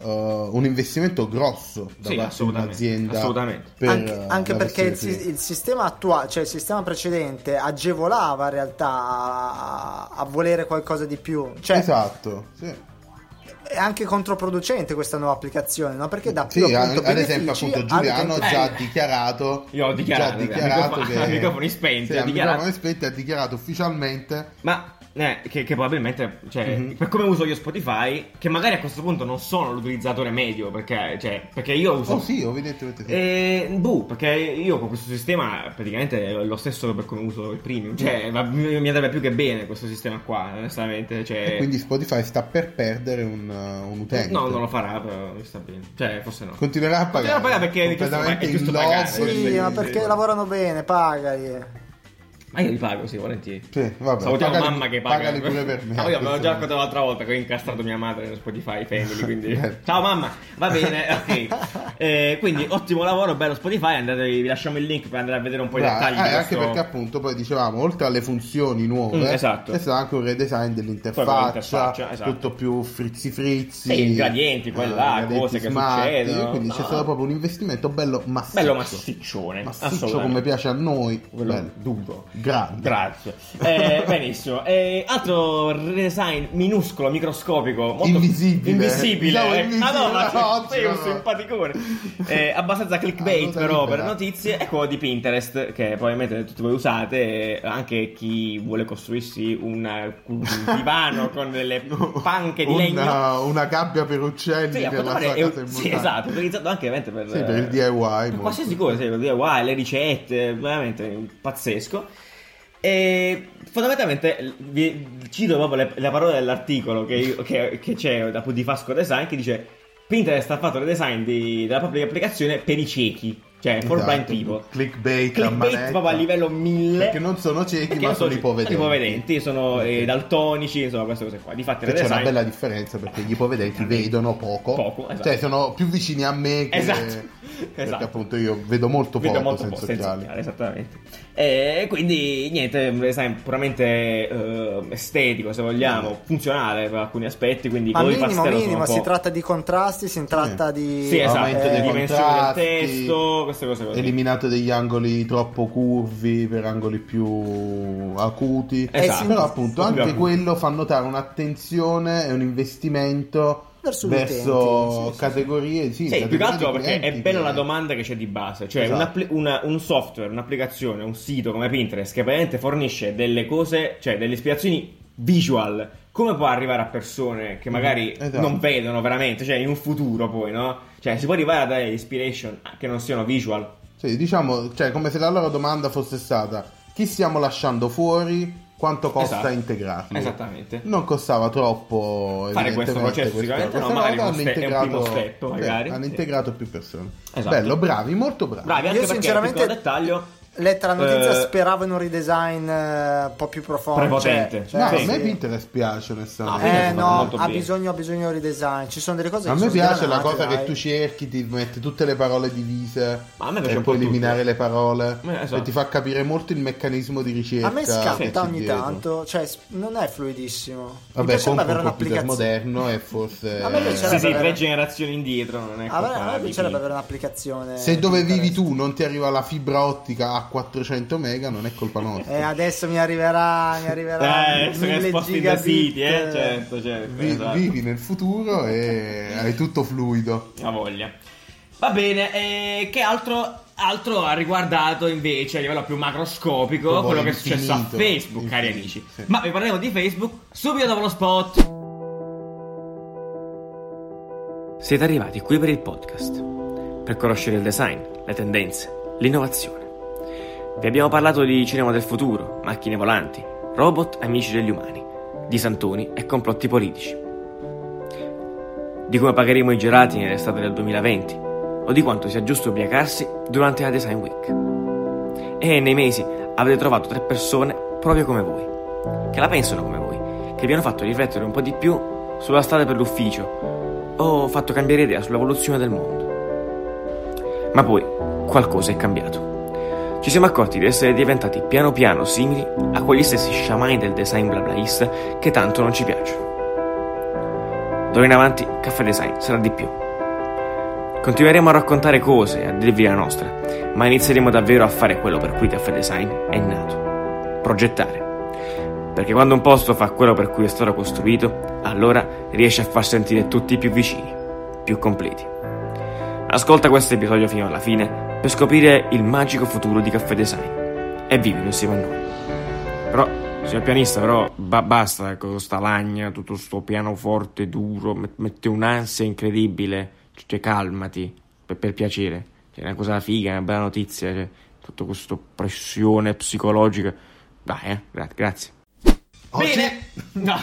uh, un investimento grosso da
Sì,
parte di
assolutamente,
un'azienda.
assolutamente.
per,
anche,
uh,
anche
la
perché il,
versione
si-
free.
il sistema attuale, cioè il sistema precedente agevolava in realtà a, a volere qualcosa di più, cioè
Esatto, sì.
è anche controproducente questa nuova applicazione, no? Perché dà più
Sì,
appunto
ad esempio
benefici
appunto
ad
Giuliano ha
utenti-
già
Eh.
dichiarato
Io ho dichiarato,
già
a
dichiarato
microfono-
che
a microfoni spenti,
sì,
ha
a
dichiarato.
microfoni spenti ha dichiarato ufficialmente
Ma eh, che, che probabilmente, cioè,
Mhm.
per come uso io Spotify, che magari a questo punto non sono l'utilizzatore medio, perché, cioè, perché io uso.
oh sì, evidentemente sì.
Eh, boh, perché io con questo sistema praticamente è lo stesso per come uso il premium. Cioè, va- mi, mi andrebbe più che bene questo sistema qua, onestamente. Cioè,
E quindi Spotify sta per perdere un, uh, un utente.
no, non lo farà, però mi sta bene. Cioè, forse no.
Continuerà a pagare.
Continuerà a pagare perché è giusto
completamente
pa- è giusto
in
pagare.
lobo,
Sì,
sì,
ma
sì.
perché lavorano bene, pagali.
Ma io li pago, sì, volentieri.
Sì, vabbè,
Salutiamo
pagali-
mamma che paga.
pagali pure per me.
No, io avevo
questo
già
no.
raccontato l'altra volta che ho incastrato mia madre nello Spotify Family, quindi
Eh.
ciao mamma, va bene, ok. Eh, quindi ottimo lavoro, bello Spotify, andate, vi lasciamo il link per andare a vedere un po' i
Brava,
dettagli
eh,
di
anche
questo...
perché appunto poi dicevamo oltre alle funzioni nuove
Mm, esatto.
c'è stato anche un redesign
Poi
dell'interfaccia,
l'interfaccia, esatto.
tutto più frizzi frizzi,
Sì, gradienti, qua e là,
gradienti
cose che
smart,
succedono.
quindi
No.
c'è stato proprio un investimento bello massiccio,
Bello massiccione,
massiccio
assolutamente.
come piace a noi,
Quello
bello.
duro.
grande.
Grazie. Eh, benissimo. Eh, altro redesign minuscolo, microscopico, molto
Invisibile.
invisibile.
Diciamo
Eh,
invisibile.
Madonna,
No,
sei un
no.
simpaticone. Eh, abbastanza clickbait,
Allora,
però,
libera.
per notizie. È quello di Pinterest, che probabilmente tutti voi usate. eh, Anche chi vuole costruirsi una- un divano con delle panche di legno.
una, una gabbia per uccelli
Sì, a
per
quanto
la
pare
sua
è,
casa in
sì,
montagna.
esatto, utilizzato anche veramente per,
Sì, per il D I Y,
per
molto.
qualsiasi cosa, sì, per il D I Y, le ricette, veramente pazzesco. E fondamentalmente vi cito proprio le, le parole dell'articolo che, io- che, che c'è da di Fasco Design, che dice: Pinterest ha fatto il design di- della propria applicazione per i ciechi, cioè for blind
Esatto,
people.
clickbait, a
Clickbait
manetta.
proprio a livello mille.
Perché non sono ciechi,
Perché
ma
non
sono
ciechi,
ipovedenti.
sono ipovedenti, sono eh, daltonici, insomma, queste cose qua. Difatti,
Che
il
c'è una
redesign-
bella differenza perché gli ipovedenti vedono poco,
Poco, esatto.
cioè sono più vicini a me che
Esatto.
perché
Esatto.
appunto io vedo molto
Vedo
poco
molto
senza
poco, senza
occhiali.
occhiali, esattamente. E quindi niente, un design puramente eh, estetico, se vogliamo, funzionale per alcuni aspetti, quindi
Ma
colori
minimo,
pastello sono
minimo,
un po'...
si tratta di contrasti, si tratta di...
Sì, esatto,
Aumento
le
dei
dimensioni del
contrasti,
testo, queste cose così.
Eliminato degli angoli troppo curvi per angoli più acuti.
Esatto.
Però appunto
Un po' più
anche
acuti.
quello fa notare un'attenzione e un investimento
Verso gli
verso
utenti, sì, sì,
categorie sì,
Sì, più che
categorie
altro
di
perché è
clienti
bella
che-
la domanda che c'è di base, cioè
Esatto.
un'appli- una- un software, un'applicazione, un sito come Pinterest che praticamente fornisce delle cose, cioè delle ispirazioni visual, come può arrivare a persone che magari
esatto.
non vedono veramente, cioè in un futuro poi, no? Cioè si può arrivare a dare inspiration che non siano visual.
Sì, diciamo, cioè come se la loro domanda fosse stata: chi stiamo lasciando fuori? Quanto costa
Esatto.
integrarli?
Esattamente.
Non costava troppo
Fare questo
evidentemente,
processo
questa
sicuramente no,
cosa,
magari
hanno
uno ste- è un
integrato-
primo step, magari.
sì, hanno
Sì.
integrato più persone.
Esatto.
Bello, bravi, molto bravi.
Bravi, anche
Io
perché
sinceramente-
piccolo dettaglio
Letta la notizia,
Eh,
speravo in un redesign eh, un po' più profondo.
Prepotente.
Cioè,
No,
cioè,
a me
sì.
Pinterest piace
No,
onestamente.
Pinterest
Eh
è fatto
no,
molto
ha
bene.
bisogno, ha bisogno di redesign. Ci sono delle cose
A
che
me
sono
piace la
sgranate,
cosa che
dai.
tu cerchi, ti mette tutte le parole divise
Ma a me piace
e
un po'
puoi eliminare
tutto.
le parole
Eh, esatto.
e ti fa capire molto il meccanismo di ricerca.
A me
che c'è
scatta ogni
dietro.
tanto, cioè s- non è fluidissimo. Mi
Vabbè,
piacerebbe
compro
avere
un computer
un'applicazione.
moderno e forse
A me piacerebbe
Sì, sì,
avere-
tre generazioni indietro non è
A me, a me
compatibile.
piacerebbe avere un'applicazione.
se dove
Pinterest.
vivi tu non ti arriva la fibra ottica a quattrocento mega non è colpa nostra.
E adesso mi arriverà, mi arriverà
Eh, adesso che
mille
sposti in the
gigabit.
city, eh, certo, certo,
Vi-
esatto.
Vivi nel futuro e hai tutto fluido.
La voglia. Va bene, e che altro, altro ha riguardato invece a livello più macroscopico
Proprio
quello che è successo a
infinito,
Facebook, cari
infinito,
amici.
sì.
Ma vi parleremo di Facebook subito dopo lo spot. Siete arrivati qui per il podcast, per conoscere il design, le tendenze, l'innovazione. Vi abbiamo parlato di cinema del futuro, macchine volanti, robot amici degli umani, di santoni e complotti politici. Di come pagheremo i gelati nell'estate del duemilaventi o di quanto sia giusto ubriacarsi durante la Design Week. E nei mesi avete trovato tre persone proprio come voi, che la pensano come voi, che vi hanno fatto riflettere un po' di più sulla strada per l'ufficio o fatto cambiare idea sull'evoluzione del mondo. Ma poi qualcosa è cambiato. Ci siamo accorti di essere diventati piano piano simili a quegli stessi sciamani del design blablaista che tanto non ci piacciono. D'ora in avanti Caffè Design sarà di più. Continueremo a raccontare cose, a dirvi la nostra, ma inizieremo davvero a fare quello per cui Caffè Design è nato: progettare. Perché quando un posto fa quello per cui è stato costruito, allora riesce a far sentire tutti più vicini, più completi. Ascolta questo episodio fino alla fine per scoprire il magico futuro di Caffè Design e vivilo insieme a noi. Però, signor pianista, però ba- basta, ecco, sta lagna, tutto sto pianoforte duro, met- mette un'ansia incredibile. Cioè, calmati, per, per piacere. Cioè, è una cosa figa, è una bella notizia, cioè, tutto questo pressione psicologica. Dai, eh, gra- grazie.
Oggi...
Bene, no.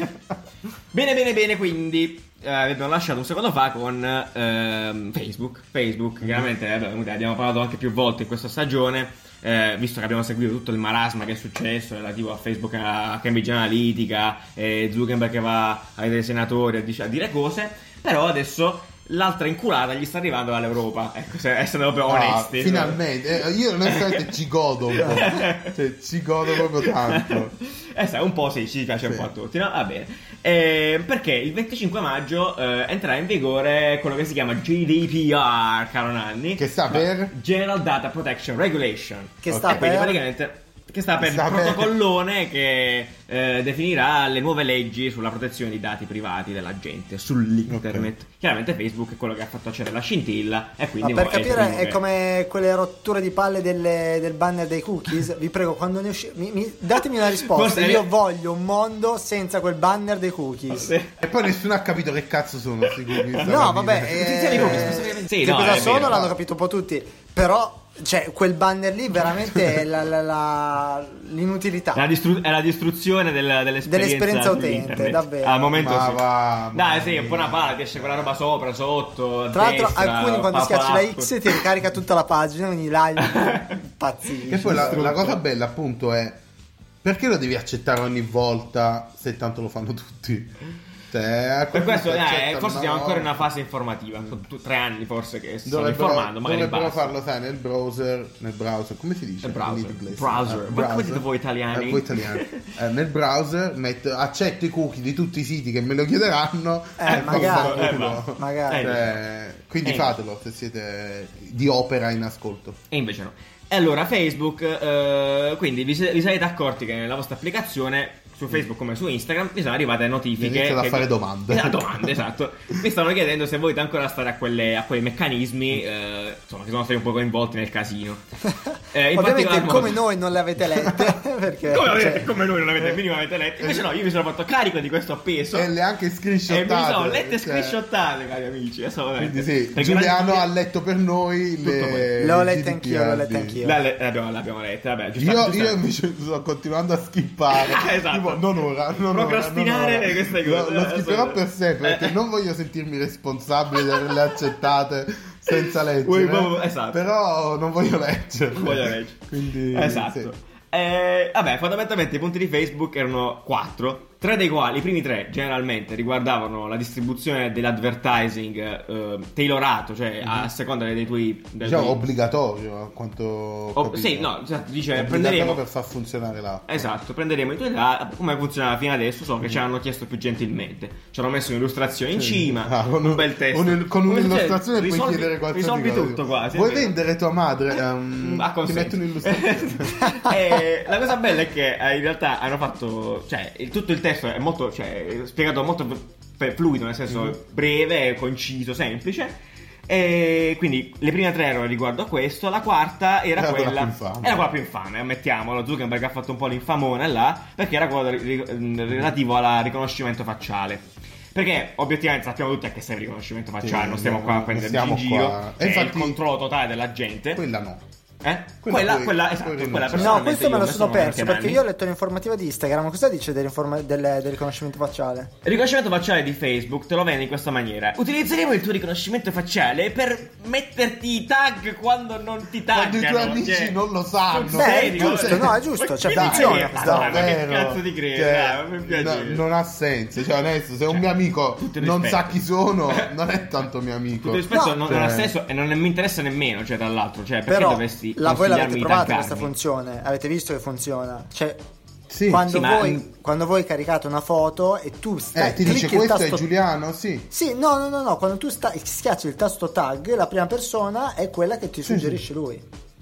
bene, bene, bene, quindi eh, abbiamo lasciato un secondo fa con ehm, Facebook. Facebook, chiaramente, eh, abbiamo parlato anche più volte in questa stagione, eh, visto che abbiamo seguito tutto il marasma che è successo relativo a Facebook, a Cambridge Analytica, e Zuckerberg che va a vedere i senatori a, dic- a dire cose, però adesso l'altra inculata gli sta arrivando dall'Europa, ecco, se essere proprio onesti.
Ah, finalmente, eh, io onestamente ci godo un po', cioè ci godo proprio tanto.
Eh sai, un po' sì, ci piace
Sì.
un po' a tutti, no? Va bene. Eh, perché il venticinque maggio eh, entrerà in vigore quello che si chiama G D P R, caro Nanni.
Che sta per?
General Data Protection Regulation.
Che
Ok.
sta
E quindi
per...
praticamente che sta per il
Sta per-
protocollone che eh, definirà le nuove leggi sulla protezione di dati privati della gente sull'internet.
Ok.
Chiaramente Facebook è quello che ha fatto accendere la scintilla e
Ma
quindi
per
mo- è il
capire
primo
è
che-
come quelle rotture di palle delle- del banner dei cookies. Vi prego, quando ne usci- mi, mi- datemi una risposta.
Forse-
Io voglio un mondo senza quel banner dei cookies.
Sì.
E poi nessuno ha capito che cazzo sono questi cookies.
No, vabbè,
Notizie di cookies,
eh,
specificamente- sì,
che
no,
cosa
è
sono
vero.
l'hanno capito un po' tutti. Però, cioè, quel banner lì veramente è la, la- la- l'inutilità.
È la, distru- è la distruzione del- dell'esperienza,
Dell'esperienza
su
utente,
internet.
davvero.
Al momento
Ma
sì.
va,
Dai,
ma
sì, un po' una palla, ti esce quella roba sopra, sotto, a
Tra l'altro,
destra,
alcuni quando
pa-
schiacci la
pa-
X ti ricarica tutta la pagina, quindi là pazzisci.
Che poi la, la cosa bella appunto è perché lo devi accettare ogni volta se tanto lo fanno tutti? Cioè, a
Per
quel
questo,
punto
eh,
accettano
forse
una
siamo ancora in
volta.
una fase informativa. Sono tu- tre anni forse che si stanno
Dovrebbero,
informando, magari
dovrebbero
basta.
farlo, sai, nel browser, nel browser, come si dice?
Nel browser.
In inglese?
Browser.
Eh,
Ma come dite voi italiani?
Eh, voi italiani. Eh, nel browser metto, accetto i cookie di tutti i siti che me lo chiederanno.
Eh,
e
magari,
poi
eh,
culo.
va.
magari.
Eh,
Cioè, quindi
Eh.
fatelo se siete di opera in ascolto.
E invece no. E allora Facebook, eh, quindi vi, se- vi sarete accorti che nella vostra applicazione, su Facebook come su Instagram, vi sono arrivate notifiche.
Vi iniziano a
che
fare
vi-
domande.
Eh, domande, esatto. Mi stanno chiedendo se volete ancora stare a, quelle, a quei meccanismi, eh, insomma, che sono stati un po' coinvolti nel casino. Eh, in
Ovviamente
particolar modo-
come noi non le avete lette perché
Come, avete-
cioè,
come noi non avete minimamente letto. Invece no, io mi sono fatto carico di questo appeso.
E le anche
E mi
screenshottate.
sono lette
cioè,
screenshottate, cari amici. Assolutamente.
Quindi sì,
Perché
Giuliano
la-
ha letto per noi
Tutto
le,
questo.
Le ho
le
lette anch'io, le ho lette
G D P R.
anch'io.
La- le- l'abbiamo, l'abbiamo letta, vabbè. Giusta,
Io,
giusta-
io invece sto continuando a skippare.
Esatto.
Tipo, non ora, non ora,
Procrastinare
non ora.
queste
Lo,
cose,
lo
eh,
skipperò
assolutamente.
per sempre perché
Eh.
non voglio sentirmi responsabile di averle accettate senza leggere.
Vuoi proprio- esatto.
Però non voglio leggerle.
Voglio leggere.
Quindi,
Esatto.
sì.
Eh, vabbè, fondamentalmente i punti di Facebook erano quattro, tre dei quali, i primi tre generalmente riguardavano la distribuzione dell'advertising eh, tailorato, cioè a seconda dei tuoi... dei
Diciamo
tuoi-
obbligatorio a quanto ho
Oh,
capito.
sì, no, esatto, dice
Obbligatorio
prenderemo
per far funzionare l'app.
Esatto, prenderemo i tuoi dati come funzionava fino adesso, so che ci hanno chiesto più gentilmente. Ci hanno messo un'illustrazione in cima,
Ah, con
un bel testo.
un- con
Come
un'illustrazione
dice,
puoi
risolvi-
chiedere qualsiasi
risolvi
cosa.
tutto quasi.
Vuoi
è vero.
vendere tua madre? Ehm,
Ah,
ti
consenti.
metto un'illustrazione.
Eh, la cosa bella è che eh, in realtà hanno fatto, cioè, il- tutto il testo è molto, cioè, spiegato molto f- fluido, nel senso
Mm-hmm.
breve, conciso, semplice. E quindi le prime tre erano riguardo a questo, la quarta era,
Era quella
quella
più infame.
era quella più infame, ammettiamolo. Zuckerberg ha fatto un po' l'infamone là, perché era quello ri- ri- relativo al riconoscimento facciale. Perché obiettivamente sappiamo tutti a che serve il riconoscimento facciale,
Sì,
non stiamo
no,
qua a
non
prenderci
stiamo
in giro,
qua.
è
E infatti-
il controllo totale della gente.
Quella no.
Eh?
Quella
Quella,
puoi-
quella,
puoi
esatto,
rinunciare.
quella
no,
personalmente
questo me
io
lo
ne
sono perso
anche
perché
danni.
io ho letto l'informativa di Instagram. Cosa dice dell'informa- del, del riconoscimento facciale?
Il riconoscimento facciale di Facebook te lo vende in questa maniera. Utilizzeremo il tuo riconoscimento facciale per metterti i tag quando non ti taggano.
Quando i tuoi amici
cioè,
non lo sanno.
sul
Beh, è
serio?
giusto, no, è giusto, cioè,
Dai,
funziona,
dai,
questa
ma che
Davvero.
cazzo ti credi?
Cioè,
Dai, mi piace.
no, non ha senso. Cioè, onesto, se un mio amico
tutto il
non
rispetto.
sa chi sono, non è tanto mio amico.
Tutto rispetto,
No,
non,
cioè-
non ha senso e non mi interessa nemmeno, cioè, tra l'altro. Cioè, perché
Però
dovresti
la, voi l'avete
consigliarmi di
provata
taggarmi?
questa funzione? Avete visto che funziona? Cioè,
Sì.
Quando,
Sì, ma-
voi, quando voi caricate una foto e tu stai,
Eh, ti dice
clicchi il
questo
tasto...
è Giuliano, sì.
Sì, no, no, no, no, quando tu stai, schiacci il tasto tag, la prima persona è quella che ti suggerisce lui.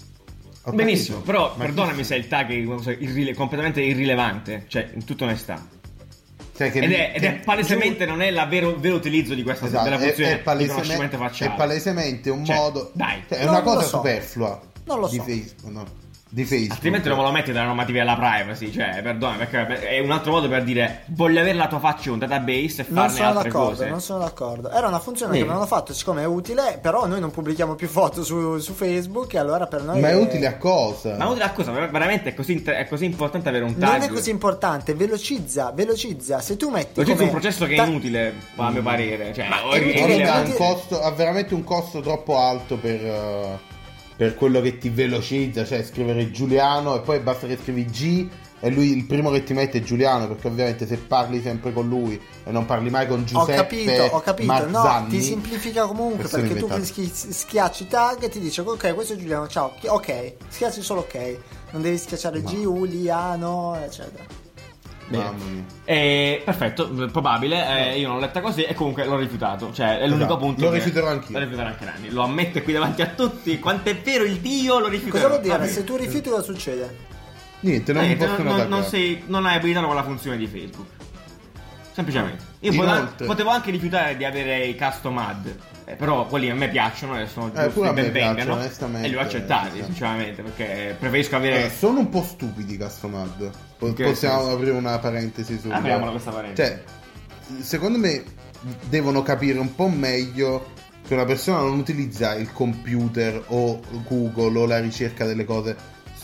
Ho
Benissimo,
capito.
però
Ma
perdonami
chi-
se il tag è una cosa irrile- completamente irrilevante, cioè in tutta onestà.
Cioè che-
Ed è, ed è
che-
palesemente non è la vero, vero utilizzo di questa
Esatto,
della
è,
funzione
è
di
paleseme-
riconoscimento facciale.
è palesemente un
Cioè,
modo,
dai.
cioè, è
Non
una
lo
cosa
so.
superflua
Non lo
di
so.
Facebook, no? Di Facebook.
Altrimenti non me lo metti dalla normativa della privacy, cioè, perdona, perché è un altro modo per dire voglio avere la tua faccia in un database e
Non
farne
sono
altre
d'accordo,
cose.
non sono d'accordo. Era una funzione
Sì.
che avevano fatto, siccome è utile, però noi non pubblichiamo più foto su, su Facebook e allora per noi
Ma è utile a cosa?
Ma utile a cosa? Ver- Veramente è così, inter- è così importante avere un tag.
Non è così importante, velocizza, velocizza. Se tu metti
Lo c'è
come
un processo che è
ta-
inutile, a mio parere. Cioè,
Ma
o
è
è
inutile,
Secondo me ha,
irrilevante.
un costo, ha veramente un costo troppo alto per, eh, per quello che ti velocizza, cioè scrivere Giuliano e poi basta che scrivi G e lui il primo che ti mette è Giuliano, perché ovviamente se parli sempre con lui e non parli mai con
Ho
Giuseppe
capito, ho capito, no,
Marzanni,
ti semplifica comunque
persone
perché tu
inventate.
schi- schiacci tag e ti dice ok, questo è Giuliano, ciao, chi- ok, schiacci solo ok, non devi schiacciare Giuliano, eccetera.
Bene.
Mamma mia.
Eh, perfetto, probabile. eh, io non l'ho letta così e comunque l'ho rifiutato. Cioè, è l'unico
Esatto,
punto.
lo
che-
rifiuterò anch'io.
Lo rifiuterò anche Nanni. Lo ammette qui davanti a tutti. Quanto è vero il Dio, lo rifiuterò.
Cosa vuol dire?
Vabbè.
Se tu rifiuti cosa succede?
Niente, non
Niente,
mi possono
non, non,
attaccare.
sei, non hai abilitato con la funzione di Facebook. Semplicemente. Io
Inoltre-
potevo, potevo anche rifiutare di avere i custom ad. eh, però quelli a me piacciono e sono
Eh,
giusti
pure a
e ben
me piacciono,
vengano.
onestamente,
E li ho accettati,
sì.
sinceramente. Perché preferisco avere.
Eh, sono un po' stupidi Customad. Po-
In che
Possiamo
senso?
aprire una parentesi su.
Apriamola questa parentesi.
Cioè, secondo me devono capire un po' meglio che una persona non utilizza il computer o Google o la ricerca delle cose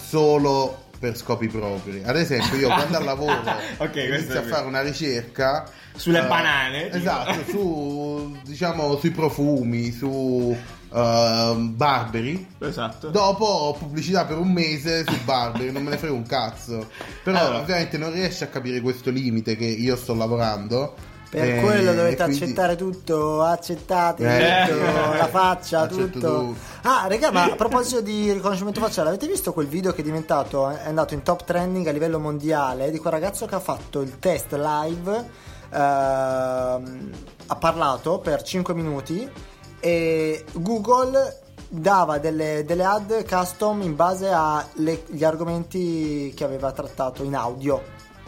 solo per scopi propri. Ad esempio, io quando al lavoro
Ok, questo è
inizio a
vero.
fare una ricerca
Sulle
eh,
banane, tipo.
esatto, su diciamo sui profumi, su eh, Barberi.
Esatto.
Dopo ho pubblicità per un mese su Barberi, non me ne frega un cazzo. Però
Allora.
ovviamente non riesce a capire questo limite che io sto lavorando.
Per
eh,
quello dovete
quindi-
accettare tutto, accettate
Eh.
tutto, la faccia,
Accetto
tutto.
tutto.
Ah, raga, ma a proposito di riconoscimento facciale, avete visto quel video che è diventato, è andato in top trending a livello mondiale di quel ragazzo che ha fatto il test live, ehm, ha parlato per cinque minuti e Google dava delle, delle ad custom in base agli argomenti che aveva trattato in audio.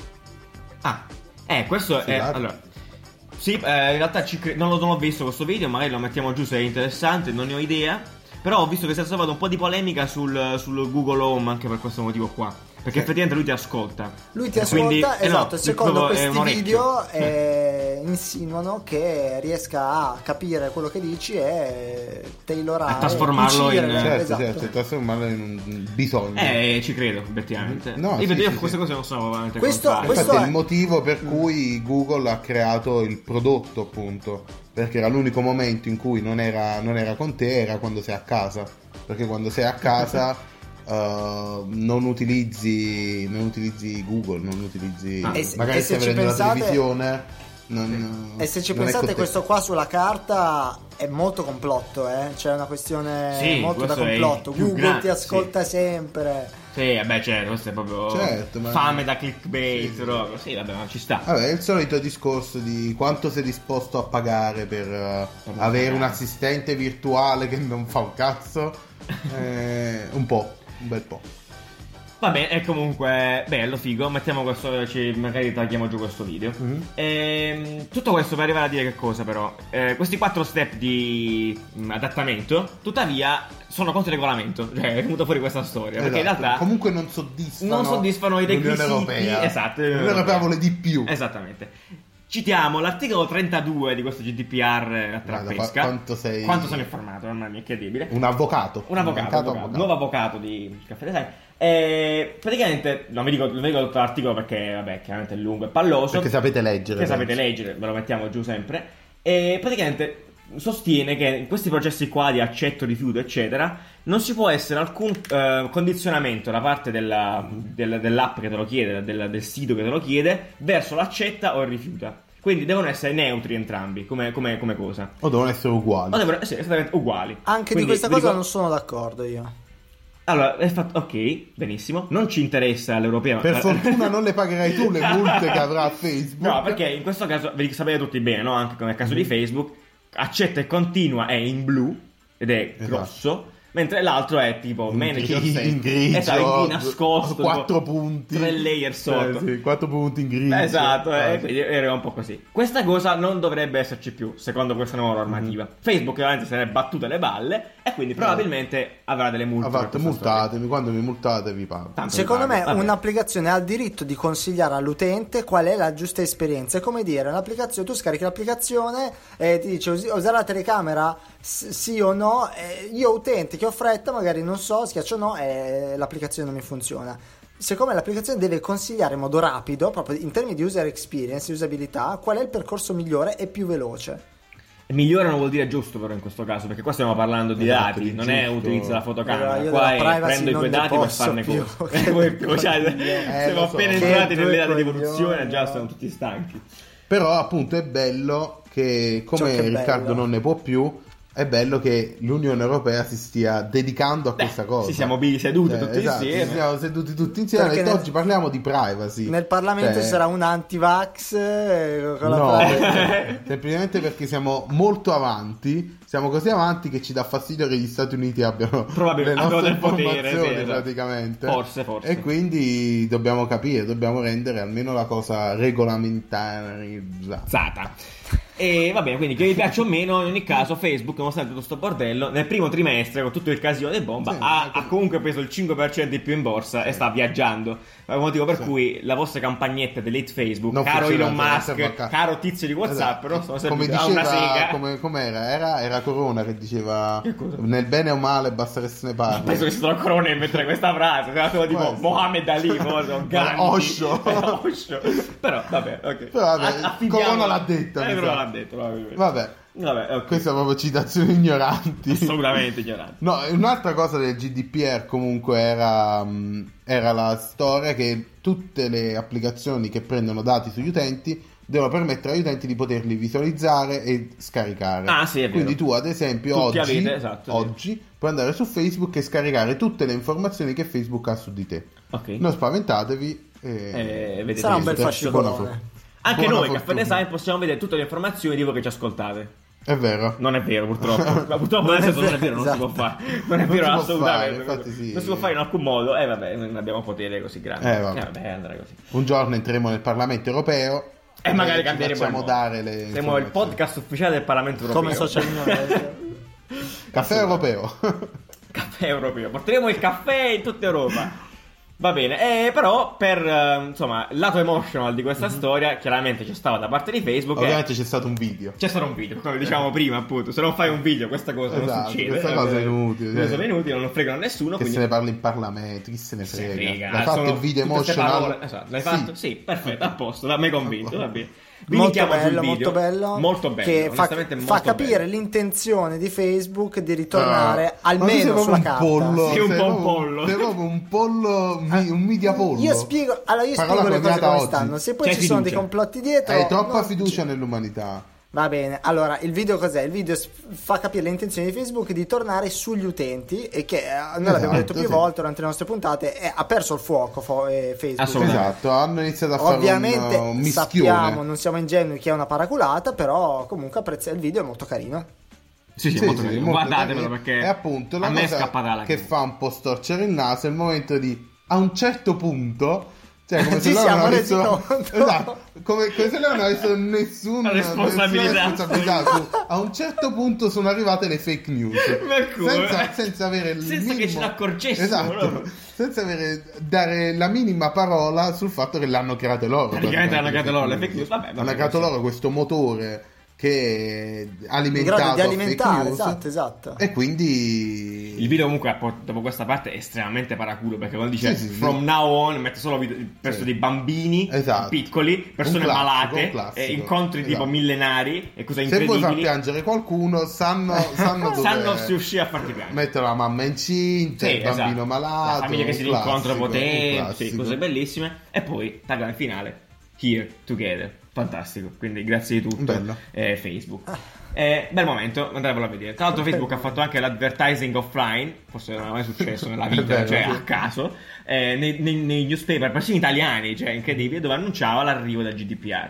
Ah, eh, questo è.
Figato.
Allora. Sì, eh, in realtà ci cre- non, lo, non ho visto questo video, magari lo mettiamo giù se è interessante, non ne ho idea. Però ho visto che si è salvato un po' di polemica sul, sul Google Home anche per questo motivo qua. Perché
Sì.
effettivamente lui ti ascolta.
Lui ti
Quindi-
ascolta,
eh no,
esatto,
il
secondo
proprio- è
questi
un orecchio.
video
Sì.
eh, insinuano che riesca a capire quello che dici e tailorare,
A trasformarlo
cucire,
in-
Certo,
esatto.
certo, trasformarlo in un bisogno.
Eh, ci credo, effettivamente.
No,
Ripeto,
sì,
io
sì,
queste
sì.
cose non sono veramente
Questo-
contrario.
questo-
Infatti è
è-
il motivo per cui Google ha creato il prodotto, appunto, perché era l'unico momento in cui non era, non era con te, era quando sei a casa, perché quando sei a casa uh, non utilizzi non utilizzi Google, non utilizzi
Ah.
E se-
magari
e se
stai
ci
vedendo la
pensate-
televisione non,
E se ci
non è
pensate,
con te.
questo qua sulla carta è molto complotto, eh? C'è una questione
Sì,
molto da
questo è il
complotto.
più
Google
grande,
ti ascolta sempre.
Sì, vabbè, certo, questo è proprio
Certo, ma-
fame da clickbait,
Sì, sì.
roba. Sì, vabbè, ma ci sta.
Vabbè, è il solito discorso di quanto sei disposto a pagare per uh,
Per
avere
pagare.
un assistente virtuale che non fa un cazzo. Eh, un po', un bel po'.
Vabbè, è comunque bello, figo. Mettiamo questo, ci, magari tagliamo giù questo video.
Mhm.
Ehm, tutto questo per arrivare a dire che cosa, però? Eh, questi quattro step di mm, adattamento, tuttavia, sono contro il regolamento. Cioè, è venuta fuori questa storia. Perché in
Esatto.
realtà.
comunque non soddisfano,
non soddisfano i
l'Unione
requisiti.
Europea.
Esatto,
L'Unione Europea vuole di più.
Esattamente. Citiamo l'articolo trentadue di questo G D P R a
Guarda,
pesca.
qua- quanto sei-
Quanto sono informato, mamma mia, incredibile.
Un avvocato.
Un avvocato,
avvocato,
avvocato,
avvocato.
nuovo avvocato di Caffè Design. E praticamente, non vi dico, non vi dico tutto l'articolo perché, vabbè, chiaramente è lungo e palloso.
Perché sapete leggere.
Che sapete
penso.
leggere, ve lo mettiamo giù sempre. E praticamente sostiene che in questi processi qua di accetto, rifiuto, eccetera, non si può essere alcun eh, condizionamento da parte della, del- dell'app che te lo chiede, del, del sito che te lo chiede, verso l'accetta o il rifiuta. Quindi devono essere neutri entrambi, come, come, come cosa.
O devono essere uguali.
O devono essere esattamente uguali.
Anche
Quindi,
di questa
vi
cosa
dico-
non sono d'accordo io.
Allora, è fatto, ok, benissimo. Non ci interessa l'europea.
Per fortuna non le pagherai tu le multe che avrà Facebook.
No, perché in questo caso, vi sapete tutti bene, no? Anche come nel caso mm. di Facebook, accetta e continua è in blu ed è esatto. grosso. Mentre l'altro è tipo
in
manager
grigio, in grigio,
esatto, in nascosto,
quattro punti,
tre layer sotto,
eh, sì, quattro punti in grigio,
esatto, eh, quindi era un po' così. Questa cosa non dovrebbe esserci più secondo questa nuova normativa. Mm. Facebook ovviamente se ne è battuta le balle e quindi probabilmente eh. avrà delle multe.
Fatto, multatemi, quando mi multate vi pago.
Tanto secondo me vabbè. Un'applicazione ha il diritto di consigliare all'utente qual è la giusta esperienza. È come dire, l'applicazione, tu scarichi l'applicazione e ti dice usare la telecamera sì o no, eh, io utente che ho fretta magari non so, schiaccio no e l'applicazione non mi funziona. Siccome l'applicazione deve consigliare in modo rapido, proprio in termini di user experience, di usabilità, qual è il percorso migliore e più veloce.
Migliore non vuol dire giusto però in questo caso, perché qua stiamo parlando di esatto, dati, di non giusto. È utilizza la fotocamera,
io
qua è prendo i tuoi dati per farne
più,
cose. Cioè, eh, siamo so. appena entrati nell'era dell'evoluzione, già sono tutti stanchi.
Però appunto è bello che, come che Riccardo bello. non ne può più, è bello che l'Unione Europea si stia dedicando a Beh, questa cosa.
Ci siamo seduti cioè, tutti
esatto,
insieme.
Ci siamo seduti tutti insieme Perché e nel, oggi parliamo di privacy.
Nel Parlamento cioè, sarà un anti-vax eh, con la
no, semplicemente perché siamo molto avanti. Siamo così avanti che ci dà fastidio che gli Stati Uniti abbiano
le nostre
del potere,
vero.
praticamente.
Forse, forse.
E quindi dobbiamo capire, dobbiamo rendere almeno la cosa regolamentarizzata.
E va bene, quindi che vi piaccia o meno, in ogni caso Facebook, nonostante tutto sto bordello, nel primo trimestre con tutto il casino di bomba sì, ha, ha comunque preso il cinque per cento di più in borsa sì. e sta viaggiando. È un motivo per sì. cui la vostra campagnetta dell'hate Facebook, non caro Elon Musk, caro tizio di WhatsApp, esatto. no? Sono
come diceva, una sega. Come, com'era? Era, era Corona che diceva nel bene o male basta che se ne parli.
Penso che sia stato Corona a mettere questa frase, era tipo Questo. Mohammed Ali, Gandhi,
Osho.
Osho. Però vabbè, ok.
Però, vabbè, Corona l'ha detta.
Eh, l'ha detto, probabilmente.
Vabbè.
Vabbè, okay.
Queste sono proprio citazioni ignoranti.
Assolutamente ignoranti.
No, un'altra cosa del G D P R comunque era, era la storia che tutte le applicazioni che prendono dati sugli utenti devono permettere agli utenti di poterli visualizzare e scaricare.
Ah, sì, è vero.
Quindi tu, ad esempio,
Tutti
oggi,
avete, esatto,
oggi puoi andare su Facebook e scaricare tutte le informazioni che Facebook ha su di te.
Okay.
Non spaventatevi.
E... Eh,
sarà un bel fascicolone.
Anche
Buona
noi,
fortuna.
Caffè Design, possiamo vedere tutte le informazioni di voi che ci ascoltate.
È vero.
Non è vero, purtroppo. Ma purtroppo non, è, non è vero, non
esatto.
si può fare. Non è vero,
non
assolutamente.
Fare, sì.
Non si può fare in alcun modo. Eh, vabbè, non abbiamo potere così grande.
Eh, vabbè.
Eh, vabbè, andrà così.
Un giorno entreremo nel Parlamento europeo.
E, e magari cambieremo.
Facciamo dare le.
Siamo il podcast ufficiale del Parlamento europeo.
Come social media.
Caffè europeo.
Caffè europeo. Porteremo il caffè in tutta Europa. Va bene, eh, però per uh, insomma il lato emotional di questa mm-hmm. storia chiaramente c'è stato da parte di Facebook.
Ovviamente
e...
c'è stato un video.
C'è stato un video, come diciamo prima appunto. Se non fai un video questa cosa
esatto,
non succede.
Questa cosa è inutile.
Queste sono inutili, non fregano a nessuno.
Che
quindi...
se ne parla in Parlamento, chi se ne frega.
frega.
L'hai fatto il video emotional?
Esatto, l'hai fatto? Sì, perfetto, a posto, l'hai convinto, va bene. Vi
molto bello, molto bello,
molto bello,
che fa,
molto
fa capire
bello.
l'intenzione di Facebook di ritornare
uh,
almeno sulla
un
carta.
Pollo,
sei un
sei
po' un pollo.
Sei proprio un pollo, un media pollo.
Io spiego, allora io
Parola
spiego le cose come
oggi.
stanno. Se poi
C'è
ci
fiducia.
sono dei complotti dietro,
hai troppa
no,
fiducia nell'umanità.
Va bene, allora il video cos'è? Il video fa capire le intenzioni di Facebook di tornare sugli utenti e che eh, noi esatto, l'abbiamo detto più sì. volte durante le nostre puntate, eh, ha perso il fuoco fo- eh, Facebook.
Esatto, hanno iniziato a fare
ovviamente
un, un
sappiamo, non siamo ingenui che è una paraculata, però comunque apprezza il video, è molto carino.
Sì, sì,
sì,
molto
sì,
carino.
molto
Guardatevelo
carino.
perché
è appunto la
a me
cosa
è scappata la
che
crisi.
fa un po' storcere il naso è il momento di a un certo punto cioè come se
ci
loro
siamo
non
resi
avessero
conto.
esatto, come, come se loro non avessero nessuna
responsabilità,
responsabilità su, a un certo punto sono arrivate le fake news senza, senza avere il
senza
minimo,
che ce ne accorgessimo
esatto,
loro.
senza avere dare la minima parola sul fatto che l'hanno create loro
praticamente l'hanno create loro le fake news vabbè, vabbè,
hanno creato loro questo motore che è alimentato
di alimentare,
fake news,
esatto, esatto.
E quindi
il video comunque dopo questa parte è estremamente paraculo perché quando dice
sì, sì,
from
sì.
now on mette solo video, perso
sì.
di bambini
esatto.
piccoli, persone
classico,
malate, e incontri
esatto.
tipo millenari e cose
se
incredibili.
vuoi far piangere qualcuno sanno sanno dove
sanno si uscire a farti piangere.
Mettere la mamma incinta,
sì,
il bambino
esatto.
malato,
la famiglia che si rincontra potenti,
sì,
cose bellissime e poi taglia in finale Here Together. Fantastico, quindi grazie di tutto eh, Facebook. Eh, bel momento, andrevelo a vedere. Tra l'altro Facebook ha fatto anche l'advertising offline, forse non è mai successo nella vita,
Vero,
cioè
sì.
a caso, eh, nei, nei, nei newspaper, persino italiani, cioè incredibile, dove annunciava l'arrivo del G D P R.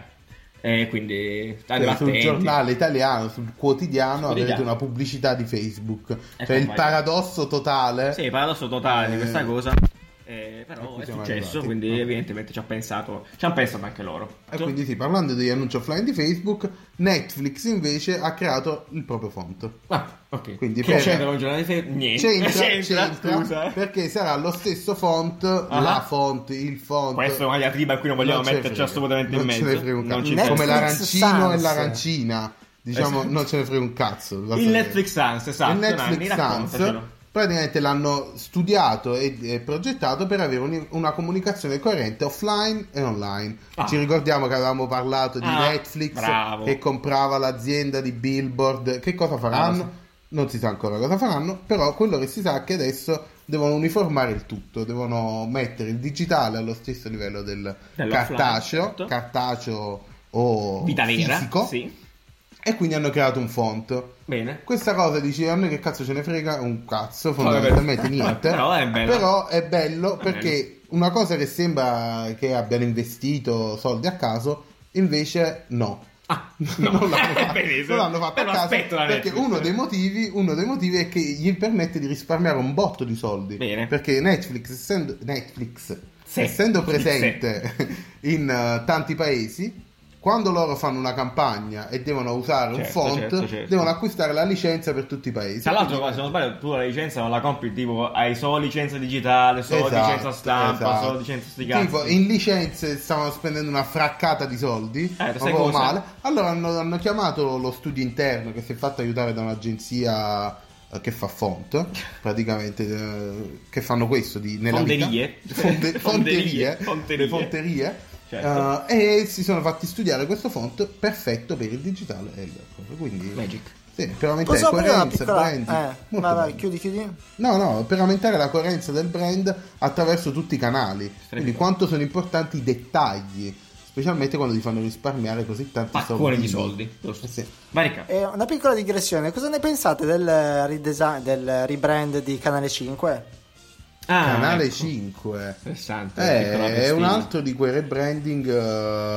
E quindi state
Cioè, sul
attenti.
giornale italiano, sul quotidiano,
Quotidiano.
avete una pubblicità di Facebook.
Ecco
Cioè il
qua.
paradosso totale.
Sì, paradosso totale di
Eh.
questa cosa. Eh, però
Ecco,
è
siamo
successo,
arrivati.
quindi evidentemente ci ha pensato, ci hanno pensato anche loro.
E quindi sì, parlando degli annunci offline di Facebook, Netflix invece ha creato il proprio font.
Ah, ok.
Quindi
che
per-
c'entra con il giornale di Facebook? Niente.
C'entra,
C'entra,
c'entra,
scusa.
perché sarà lo stesso font,
Ah.
la font, il font.
Può essere una diatriba in cui non vogliamo
Non ce ne
metterci
frega.
assolutamente in
Non ce
mezzo.
ne frega un
Non
cazzo.
ci
Netflix
Come
frega.
l'arancino
Sans.
e l'arancina. Diciamo,
Esatto.
non ce ne frega un cazzo.
Il
Basta-
Netflix Sans, esatto.
il
Nanni,
Netflix Sans
raccontacelo.
praticamente l'hanno studiato e, e progettato per avere un- una comunicazione coerente offline e online.
Ah.
Ci ricordiamo che avevamo parlato di
Ah,
Netflix
bravo.
che comprava l'azienda di Billboard. Che cosa faranno?
Ah,
Non si sa ancora cosa faranno, però quello che si sa è che adesso devono uniformare il tutto, devono mettere il digitale allo stesso livello del
Dell'offline,
cartaceo,
certo.
cartaceo o
Vita vera,
fisico,
sì.
e quindi hanno creato un font.
Bene.
Questa cosa dici a noi che cazzo ce ne frega un cazzo,
Vabbè,
fondamentalmente
però-
niente.
però è bello.
Però è bello
È
perché una cosa che sembra che abbiano investito soldi a caso, invece no.
Ah, no.
non l'hanno fatto,
Benissimo.
non l'hanno fatto
Però
a caso
aspetto la
perché
Netflix.
uno dei motivi uno dei motivi è che gli permette di risparmiare un botto di soldi.
Bene.
Perché Netflix essendo, Netflix,
Sì.
essendo presente in eh, tanti paesi, quando loro fanno una campagna e devono usare un
Certo,
font,
certo, certo.
devono acquistare la licenza per tutti i paesi.
Tra l'altro, se non sbaglio, tu la licenza non la compri tipo hai solo licenza digitale, solo
Esatto,
licenza stampa,
esatto.
solo licenza sti cazzi.
Tipo in licenze stavano spendendo una fraccata di soldi,
Eh, sai
proprio
cosa?
male. Allora hanno, hanno chiamato lo studio interno che si è fatto aiutare da un'agenzia eh, che fa font, praticamente eh, che fanno questo di, nella
Fonderie.
vita. Fonde- fonderie,
Fonderie.
le fonterie.
Certo.
Eh, e si sono fatti studiare questo font perfetto per il digitale e il coso. Quindi
Magic.
sì, per aumentare
Posso aprire una
coerenza,
piccola...
branding,
Eh,
molto
vai, vai,
bello.
chiudi, chiudi.
No, no, per aumentare la coerenza del brand attraverso tutti i canali. Quindi quanto sono importanti i dettagli, specialmente quando ti fanno risparmiare così tanti
Paccone
soldi.
di soldi. Giusto.
Eh sì.
Vai Ricca.
E una piccola digressione, cosa ne pensate del redesign, del rebrand di Canale cinque?
Ah,
Canale
ecco.
cinque.
Interessante.
Eh,
piccola
è
testina.
un altro di quei rebranding eh,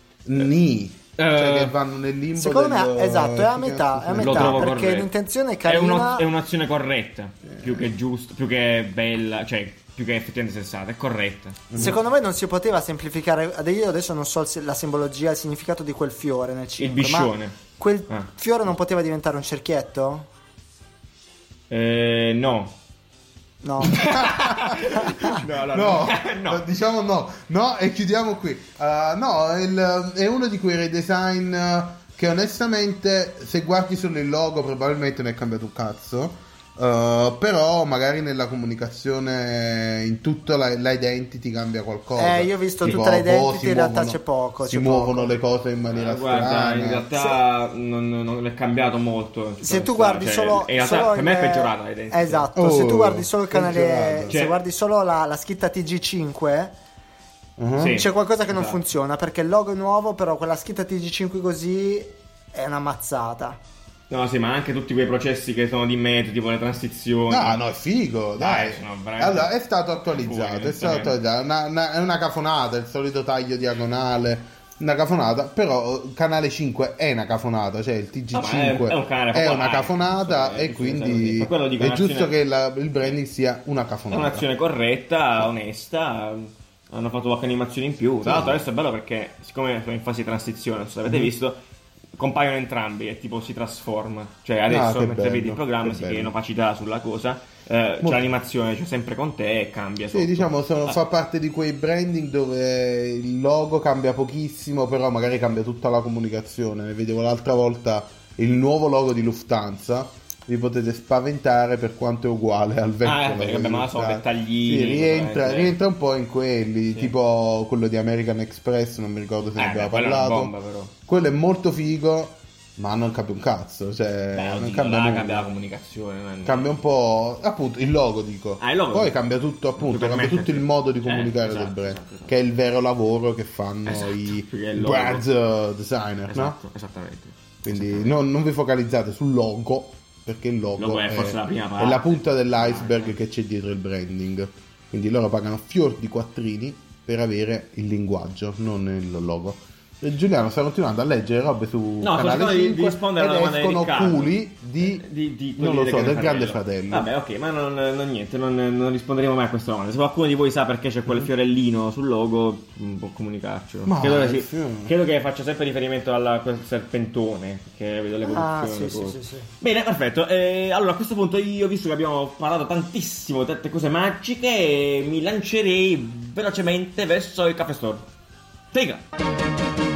ni. Cioè
Eh,
che vanno nel limbo
Secondo
del-
me, esatto, è a
che
metà,
cazzo
è a
sia?
Lo
metà,
trovo
perché
corretto.
l'intenzione è
È,
carina.
uno- è un'azione corretta, più che giusta, più che bella, cioè più che effettivamente sensata, è corretta.
Secondo me non si poteva semplificare. Io adesso non so se- la simbologia, il significato di quel fiore nel
Il
cinque,
biscione.
ma quel
Ah.
fiore non poteva diventare un cerchietto?
Eh, no.
No.
No, no,
No,
no.
diciamo no, no e chiudiamo qui. Uh, no, il- è uno di quei redesign uh, che onestamente se guardi solo il logo probabilmente non è cambiato un cazzo. Uh, però magari nella comunicazione in tutta la, l'identity cambia qualcosa.
Eh, io ho visto
Tipo,
tutta l'identity,
boh, si
in realtà
muovono-
c'è poco,
Si
c'è
muovono
poco.
le cose in maniera
Eh, guarda,
strana.
in realtà non, non è cambiato molto.
Se tu guardi
Cioè,
solo,
in realtà
solo
per me è
il-
peggiorata l'identità.
Esatto,
Oh,
se tu guardi solo il canale,
peggiorata.
se
Cioè-
guardi solo la, la scritta T G cinque,
Uh-huh.
Sì.
c'è qualcosa che non
Esatto.
funziona, perché il logo è nuovo, però quella scritta T G cinque così è una mazzata.
No, sì, ma anche tutti quei processi che sono di mezzo, tipo le transizioni.
No, no, è figo, dai.
Dai, sono veramente
Allora, è stato attualizzato,
fuori,
è stato
onestamente.
attualizzato. Una- una- è una cafonata, il solito taglio diagonale, una cafonata, però Canale cinque è una cafonata, cioè il T G cinque
Ah, ma è- è un canale
è
popolare,
una cafonata
giusto,
e
giusto,
quindi
per quello dico
è
un'azione-
giusto che la- il branding sia una
È
cafonata.
un'azione corretta, onesta. Hanno fatto qualche animazione in più. Tra l'altro, adesso è bello perché, siccome sono in fase di transizione, non so se avete
Mhm.
visto, compaiono entrambi e tipo si trasforma. Cioè,
Ah,
adesso
che
mentre
bello,
vedi il programma
che
si
bello.
crea opacità sulla cosa. eh, c'è l'animazione, c'è sempre con te e cambia.
Sì,
sotto.
diciamo, sono-
Ah,
fa parte di quei branding dove il logo cambia pochissimo, però magari cambia tutta la comunicazione. Ne vedevo l'altra volta il nuovo logo di Lufthansa. Vi potete spaventare per quanto è uguale al vecchio
Ah, eh,
logo
vabbè,
di
ma sono
Lufthansa.
dettaglini,
Sì, rientra,
veramente.
rientra un po' in quelli, tipo quello di American Express, non mi ricordo se ne
eh,
abbiamo
beh, quella è una
parlato.
bomba, però.
Quello è molto figo, ma non cambia un cazzo, cioè
Beh,
non
oddio,
cambia
là
nulla.
cambia la comunicazione. non-
Cambia un po', appunto, il logo dico.
Ah, il logo.
Poi cambia tutto, appunto,
Per
cambia
me-
tutto il modo di
Eh,
comunicare
esatto,
del brand,
esatto, esatto.
che è il vero lavoro che fanno
Esatto,
i
perché è il logo.
brand uh, designer,
Esatto, esattamente.
no? Quindi non, non vi focalizzate sul logo, perché il logo,
Logo è
è,
forse la prima parte.
è la punta dell'iceberg che c'è dietro il branding. Quindi loro pagano fior di quattrini per avere il linguaggio, non il logo. E Giuliano sta continuando a leggere robe su
No, sto
Canale
cercando di- di
cinque
rispondere alla
ed
domanda di
escono
Riccardo.
culi di,
Eh, di, di
non
quelli
lo
del
so, del Grande Fratello.
Vabbè, ok, ma non, non niente, non, non risponderemo mai a questa domanda. Se qualcuno di voi sa perché c'è quel fiorellino sul logo, mm, può comunicarcelo.
Ma
credo, che
il
sì-
fiore.
credo che faccia sempre riferimento al quel serpentone, che vedo le
Ah,
evoluzioni.
sì, sì,
cose.
sì, sì.
Bene, perfetto. Eh, allora, a questo punto io, visto che abbiamo parlato tantissimo, tante cose magiche, mi lancerei velocemente verso il Caffè Store. Figa!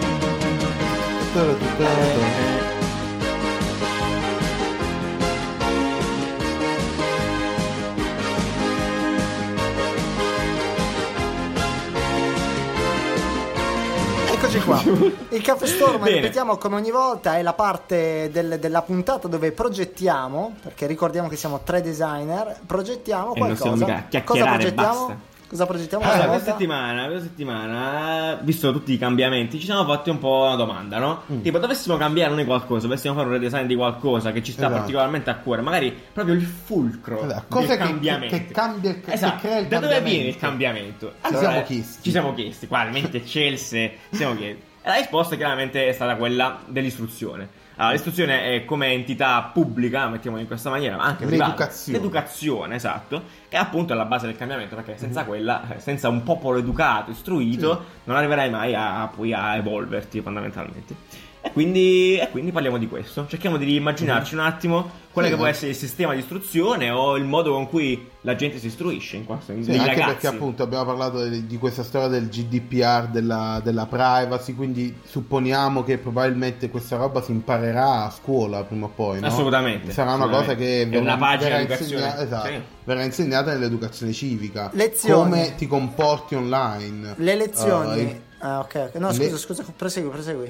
Eccoci qua. Il Caffè Store, ma
Bene.
ripetiamo come ogni volta, è la parte del- della puntata dove progettiamo, perché ricordiamo che siamo tre designer, progettiamo
E non
qualcosa.
stiamo mica a
Cosa
chiacchierare,
progettiamo?
basta.
Cosa progettiamo
Allora,
questa
questa
volta?
settimana, questa settimana, visto tutti i cambiamenti, ci siamo fatti un po' una domanda, no? Tipo, dovessimo cambiare noi qualcosa, dovessimo fare un redesign di qualcosa che ci sta
Esatto.
particolarmente a cuore, magari proprio il fulcro
Esatto,
del
cosa che-
cambiamento.
che- che cambia il- che
esatto.
crea il
Da dove
cambiamento?
viene il cambiamento?
Ci siamo chiesti.
Ci siamo chiesti, qua, mente eccelse, ci siamo chiesti. E la risposta chiaramente è stata quella dell'istruzione. Allora, l'istruzione è come entità pubblica, mettiamola in questa maniera, ma anche privata.
L'educazione.
L'educazione, esatto, che appunto è la base del cambiamento, perché senza quella, eh, senza un popolo educato, istruito, non arriverai mai a, a- poi a evolverti fondamentalmente. E quindi, e quindi parliamo di questo. Cerchiamo di immaginarci un attimo quello
Sì,
che può
ma-
essere il sistema di istruzione o il modo con cui la gente si istruisce in questo,
Sì,
dei
anche
ragazzi.
perché appunto abbiamo parlato di, di questa storia del G D P R, della, della privacy, quindi supponiamo che probabilmente questa roba si imparerà a scuola prima o poi, no?
Assolutamente,
Sarà una cosa che
assolutamente. È una pagina
verrà,
di educazione,
insegna- esatto,
sì.
verrà insegnata nell'educazione civica.
Lezioni.
Come ti comporti online.
Le lezioni.
Uh, il,
Ah, ok, ok. No,
le-
scusa, scusa, prosegui, prosegui.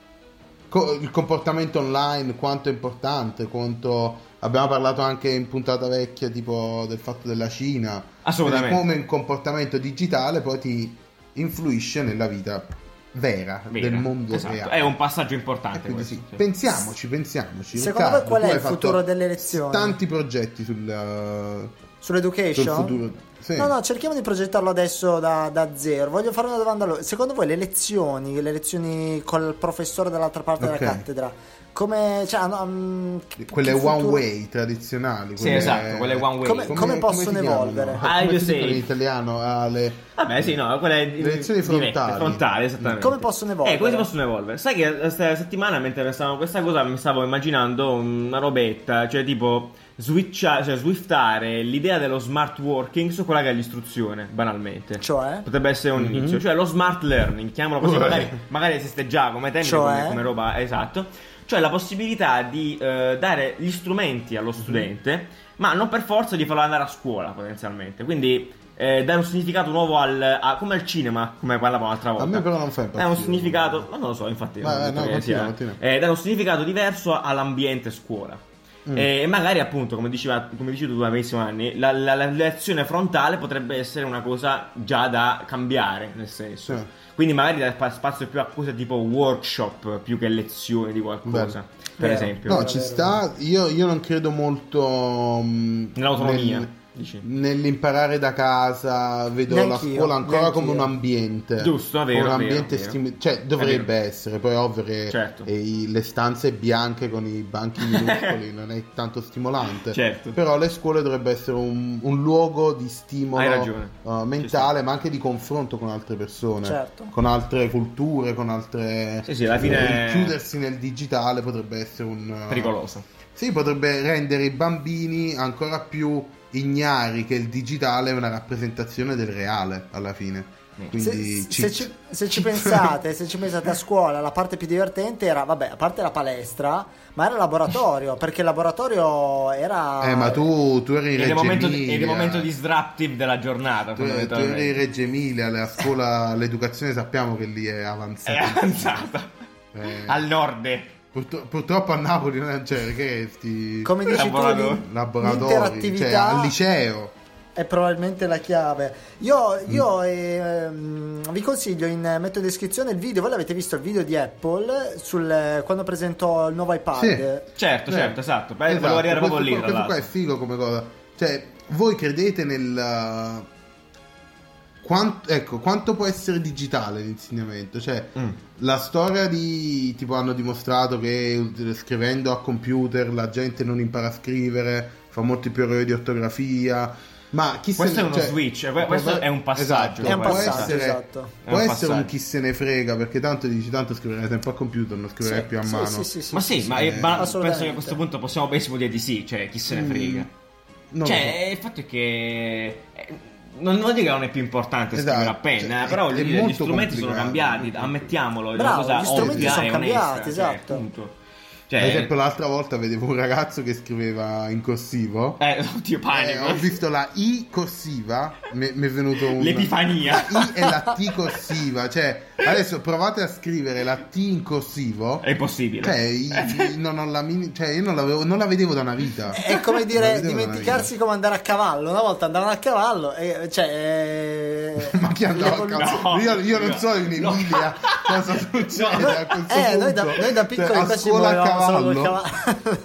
co- il comportamento online, quanto è importante, quanto... Abbiamo parlato anche in puntata vecchia tipo del fatto della Cina.
Assolutamente.
Quindi come il comportamento digitale poi ti influisce nella vita vera,
Vera,
del mondo
esatto.
reale.
È un passaggio
E
importante
quindi
questo,
sì,
sì.
pensiamoci, pensiamoci.
Secondo
Riccardo,
voi qual
tu
è
hai
il
fatto
futuro delle lezioni?
Tanti progetti sul, sul
Sull'education?
futuro. Sì.
No, no, cerchiamo di progettarlo adesso da, da zero. Voglio fare una domanda a loro. Secondo voi le lezioni, le lezioni col professore dall'altra parte
Ok.
della cattedra, come... Cioè, no, mm, che-
Quelle
che
one
futuro-
way tradizionali.
Sì,
quelle-
esatto, quelle one way.
Come- come possono
si
evolvere?
chiamano?
Ah,
Come
io
si
sei.
dicono in italiano? Ah, le-
Vabbè, sì, no, quelle
Le lezioni
dirette,
frontali.
frontali, esattamente.
Come possono evolvere?
Eh, come si possono evolvere? Sai che questa settimana, mentre pensavo a questa cosa, mi stavo immaginando una robetta, cioè tipo switcha, cioè swiftare l'idea dello smart working su quella che è l'istruzione, banalmente.
Cioè?
Potrebbe essere un inizio, cioè lo smart learning, chiamalo così,
Vabbè.
magari, magari esiste già come termine,
Cioè?
come, come roba, esatto. Cioè la possibilità di eh, dare gli strumenti allo studente, ma non per forza di farlo andare a scuola potenzialmente. Quindi eh, dare un significato nuovo al, a- come al cinema, come parlavamo l'altra volta.
A me però non fa
È
impazzire.
un significato, ma non lo so, infatti.
Vai,
non ho
vai,
detto
no,
che
continua,
sia-
continua.
eh, dare un significato diverso all'ambiente scuola.
Mm.
E magari appunto, come diceva, come dici tu da benissimo anni, la, la, la lezione frontale potrebbe essere una cosa già da cambiare, nel senso.
Sì.
Quindi magari dare spa- spazio più a cose tipo workshop più che lezioni di qualcosa,
Bello.
per
Vero.
esempio.
No,
Vero,
ci
vero,
sta. Io, io non credo molto mh,
Nell'autonomia,
nel-
dici.
nell'imparare da casa. Vedo la
Neanch'io,
scuola ancora come
neanch'io.
un ambiente.
Giusto, vero,
Come un
vero,
ambiente
vero.
stimi- cioè dovrebbe essere. Poi ovvio che
Certo.
e i- le stanze bianche con i banchi minuscoli non è tanto stimolante.
Certo.
Però le scuole dovrebbe essere un, un luogo di stimolo
Hai ragione.
uh,
Ci
mentale, ma anche di confronto con altre persone,
Certo.
con altre culture, con altre.
Sì, sì, alla fine-
eh, chiudersi nel digitale potrebbe essere un uh,
Pericoloso.
Sì, potrebbe rendere i bambini ancora più ignari che il digitale è una rappresentazione del reale alla fine. Quindi
Se,
ci-
se ci, se ci pensate, se ci pensate a scuola, la parte più divertente era, vabbè, a parte la palestra, ma era il laboratorio, perché il laboratorio era...
Eh, ma tu, tu eri in
Ed è il
Reggio
momento, di-
Emilia.
ed è il momento disruptive della giornata,
Tu, tu eri in
fondamentalmente.
Reggio Emilia, la scuola, l'educazione sappiamo che lì è
È
avanzata.
avanzata.
Eh,
Al nord.
purtro- purtroppo a Napoli non c'è, che sti
Come dici tu,
Laboratorio.
l'in-
laboratori,
l'interattività...
cioè al liceo.
è probabilmente la chiave. Io, io ehm, vi consiglio, in metto in descrizione il video. Voi l'avete visto il video di Apple sul, quando presentò il nuovo iPad?
Sì.
Certo,
Eh,
certo, esatto. Beh,
esatto.
volevo arrivare proprio
Questo-
lì, tra
questo qua è
l'altro.
figo come cosa. Cioè, voi credete nel... Quanto, ecco, quanto può essere digitale l'insegnamento? Cioè,
Mm.
la storia di... Tipo, hanno dimostrato che scrivendo a computer la gente non impara a scrivere, fa molti più errori di ortografia. Ma chi
Questo
se
è
ne-
uno
cioè,
switch, que- questo è un passaggio.
Esatto,
È un
può
passaggio,
essere,
esatto.
È
può
un
essere un
passaggio.
chi se ne frega, perché tanto dici, tanto scriverai sempre a computer, non scriverai
Sì,
più a
sì,
mano.
sì, sì, sì,
Ma
sì,
sì,
sì.
ma,
sì.
è- ma penso
Assolutamente.
che a questo punto possiamo benissimo dire di sì, cioè chi se ne frega.
Mm, non
cioè,
lo so.
il fatto è che eh, non vuol dire che non è più importante
Esatto,
scrivere a penna,
cioè,
eh, però
è
voglio dire, gli
molto
strumenti sono
complicato.
cambiati, ammettiamolo, è una
Bravo,
cosa
gli strumenti
ovvia
sono
e onesta,
cambiati,
cioè,
esatto.
appunto.
Ad
Cioè,
esempio, l'altra volta vedevo un ragazzo che scriveva in corsivo.
eh, oddio,
Eh,
panico.
ho visto la I corsiva, mi mi è venuto un...
L'epifania.
La I e la T corsiva, cioè adesso provate a scrivere la T in corsivo.
È impossibile.
Cioè, i- i- non ho la mini- cioè, io non, l'avevo- non la vedevo da una vita.
È come
Non la
dire
vedevo da una
dimenticarsi come andare a cavallo. Una volta andavano a cavallo e cioè eh,
vita. Ma chi andava a
l'evoluzione-
cavallo? Io, io non
no,
so in
no.
Emilia cosa succede
No,
a questo
Eh, noi da,
punto.
noi da piccoli
Cioè, a
invece
scuola a
muovevamo solo col
cavallo.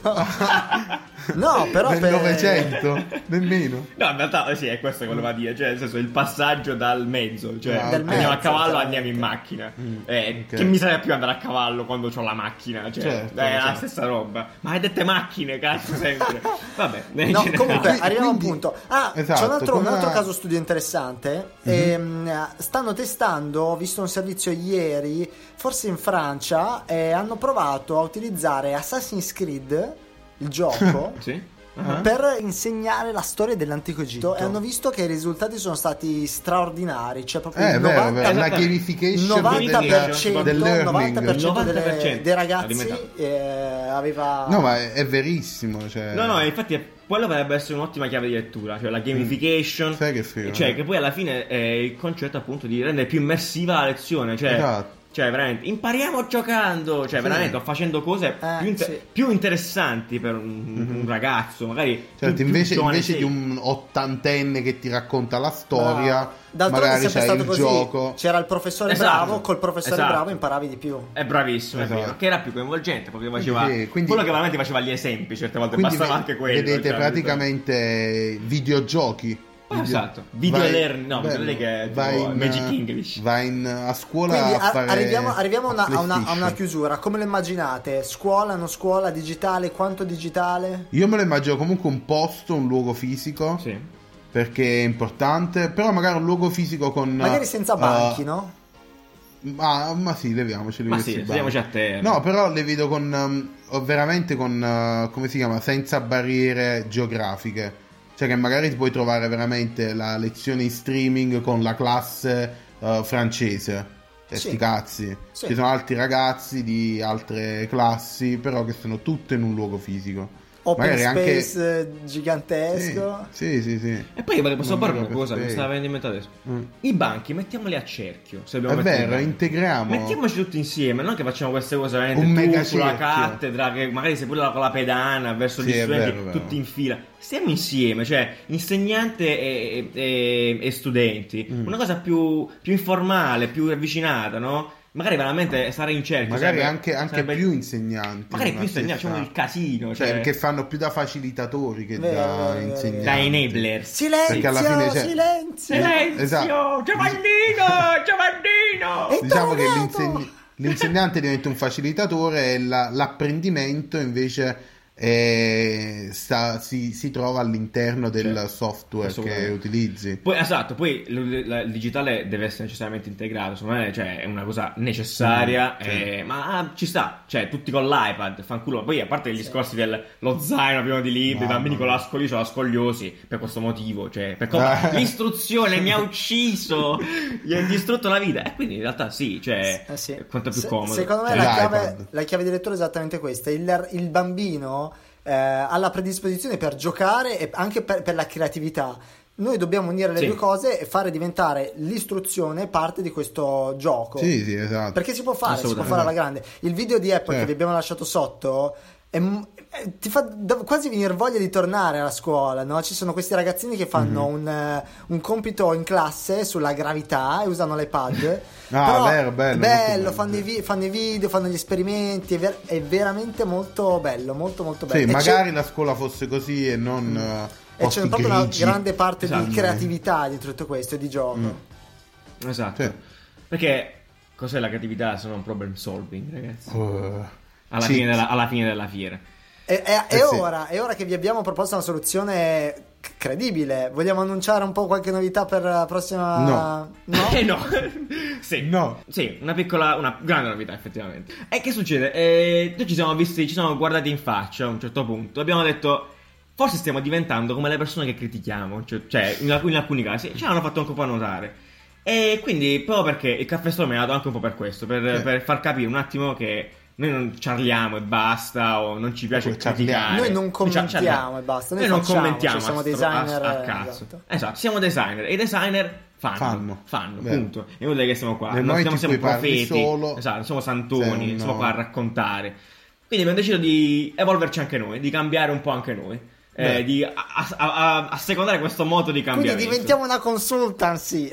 cavallo. No, però
Nel
per-
Novecento, nemmeno.
No, in realtà eh, sì, è questo che voleva dire, cioè nel senso il passaggio dal mezzo, cioè
Ah, Dal
andiamo a
mezzo,
cavallo,
chiaramente.
andiamo in macchina. Eh,
ok.
Che mi serve più andare a cavallo quando ho la macchina, cioè
Certo,
è la
certo.
stessa roba. Ma hai dette macchine, cazzo, sempre. Vabbè, in
No,
generale.
comunque
Quindi-
arriviamo a un
quindi-
punto. Ah,
esatto,
c'è un altro, un
come-
altro caso studio interessante. Ehm, stanno testando, ho visto un servizio ieri, forse in Francia, e hanno provato a utilizzare Assassin's Creed, il gioco,
Sì?
per insegnare la storia dell'antico Egitto, e hanno visto che i risultati sono stati straordinari, cioè proprio
Eh,
il
è vero, è
novanta
vero. La
Esatto.
gamification
novanta per
del,
cento,
del learning.
novanta per cento
novanta per
delle-
cento
dei ragazzi
alimentato.
eh, aveva
No, ma è, è verissimo. Cioè...
No, no, infatti è- quello potrebbe essere un'ottima chiave di lettura, cioè la gamification.
Sai che figo,
Cioè,
eh?
che poi alla fine è il concetto appunto di rendere più immersiva la lezione, cioè
Esatto.
Cioè, veramente, impariamo giocando. Cioè,
Sì.
veramente, o facendo cose
Eh,
più, inter-
sì.
più interessanti per un, un ragazzo. Magari
Certo,
più- più
invece,
giovane
invece
sei.
di un ottantenne che ti racconta la storia,
No. D'altronde è
magari
sempre
c'è
stato
il
così.
gioco.
C'era il professore
Esatto.
bravo, col professore
Esatto.
bravo imparavi di più.
È bravissimo,
Esatto.
è vero. Che era più coinvolgente, perché faceva
Quindi- quindi-
quello che veramente faceva gli esempi. Certe volte
Quindi
bastava
ve-
anche quello.
vedete
cioè,
praticamente videogiochi.
Ah, esatto. Video
Vai-
learning, no, video
bello.
learning è tipo
Vai in-
Magic English.
Vai in- a scuola
Quindi
a
a-
fare
arriviamo, arriviamo a una- a, una, a una
PlayStation.
chiusura. Come lo immaginate? Scuola, non scuola, digitale? Quanto digitale?
Io me lo immagino comunque un posto, un luogo fisico,
Sì.
perché è importante, però magari un luogo fisico con...
Magari senza
uh,
banchi, no?
Ma, ma sì, leviamoceli
Ma
questi
sì,
banchi.
sediamoci a terra.
No, però le vedo con um, veramente con uh, come si chiama? Senza barriere geografiche. Cioè che magari ti puoi trovare veramente la lezione in streaming con la classe uh, francese. Cioè,
Sì.
sti cazzi.
Sì.
Ci sono altri ragazzi di altre classi, però che sono tutte in un luogo fisico.
Open
magari anche-
space eh, gigantesco.
Sì, sì, sì, sì.
E poi posso
Non
fare
vedo
una cosa,
per
mi
te.
stava venendo in mente adesso.
Mm.
I banchi, mettiamoli a cerchio. Se
È
dobbiamo mettere i
vero,
banchi.
integriamo.
Mettiamoci tutti insieme, non che facciamo queste cose veramente
Un
tu
mega
sulla
cerchio.
cattedra, che magari sei pure là con la pedana verso
Sì,
gli
è
studenti,
vero, è vero.
tutti in fila. Stiamo insieme, cioè insegnante e, e- e studenti.
Mm.
Una cosa più, più informale, più avvicinata, no? Magari veramente stare in cerchio.
Magari
sarebbe-
anche, anche
sarebbe-
più insegnanti.
Magari
nella
più insegnanti,
stessa-
facciamo il casino.
Cioè,
Cioè,
che fanno più da facilitatori che
Vero,
da
vero, vero.
insegnanti.
da enablers.
Silenzio,
Perché alla fine c'è-
silenzio.
Silenzio!
Esatto.
Giovannino! Giovannino!
E-
Diciamo che
Interrogato!
l'insegn- l'insegnante diventa un facilitatore e la- l'apprendimento invece è- sta- si, si trova all'interno del
Certo,
software che
assolutamente.
utilizzi.
Poi, esatto, poi l- la- il digitale deve essere necessariamente integrato, secondo me, cioè, è una cosa necessaria,
Mm, sì.
eh, ma ah, ci sta, cioè, tutti con l'iPad, fanculo. Poi, a parte gli discorsi dello zaino pieno di libri, i
Mamma
bambini con
mia.
la scogliosi o la scogliosi, per questo motivo, cioè, per come
Eh.
l'istruzione mi ha ucciso, gli ha distrutto la vita, e quindi in realtà sì, cioè,
Eh sì.
quanto più
Se-
comodo.
Secondo me
Cioè,
la
L'iPad.
chiave, la chiave di lettura è esattamente questa. Il, il bambino eh, ha la predisposizione per giocare e anche per, per la creatività. Noi dobbiamo unire le
Sì.
due cose e fare diventare l'istruzione parte di questo gioco.
Sì, sì, esatto.
Perché si può fare, si può
Assolutamente.
fare alla grande. Il video di Apple
Certo.
che vi abbiamo lasciato sotto è, è, ti fa da, quasi venire voglia di tornare alla scuola, no? Ci sono questi ragazzini che fanno mm-hmm. un, uh, un compito in classe sulla gravità e usano l'iPad.
Ah,
Però,
vero, bello,
bello, fanno i, vi- fanno i video, fanno gli esperimenti, è, ver- è veramente molto bello, molto molto bello.
Sì,
e
magari
c'è...
la scuola fosse così e non mm. uh,
e c'è proprio
grigi.
una grande parte
esatto.
di creatività dietro tutto questo e di gioco.
Mm. Esatto.
Sì.
Perché cos'è la creatività se non problem solving, ragazzi?
Uh,
alla, fine della, alla fine della fiera.
E, e,
eh
è,
sì.
ora, è ora che vi abbiamo proposto una soluzione c- credibile. Vogliamo annunciare un po' qualche novità per la prossima?
No.
No?
Eh no. Sì.
No.
Sì, una piccola, una grande novità effettivamente. E che succede? Eh, noi ci siamo visti, ci siamo guardati in faccia a un certo punto. Abbiamo detto, forse stiamo diventando come le persone che critichiamo. Cioè, cioè in, alc- in alcuni casi ci hanno fatto anche un po' notare. E quindi, proprio perché il Caffè Storm è nato anche un po' per questo, per,
sì.
per far capire un attimo che noi non ciarliamo e basta, o non ci piace
Noi
criticare.
Noi non
Ci
commentiamo
ciarliamo.
e basta. Noi,
Noi non
facciamo,
commentiamo,
cioè siamo
a stro-
designer.
a, a cazzo.
Esatto.
Esatto, siamo designer e i designer fanno,
Fanno.
fanno,
Vero.
punto. È inutile che siamo qua,
Nel
non
momento
siamo
in cui
sempre
parli
profeti,
solo,
esatto, siamo santoni,
sei un-
siamo qua a raccontare. Quindi abbiamo deciso di evolverci anche noi, di cambiare un po' anche noi, eh, di a, a, a, a secondare questo modo di cambiamento.
Quindi diventiamo una consultancy.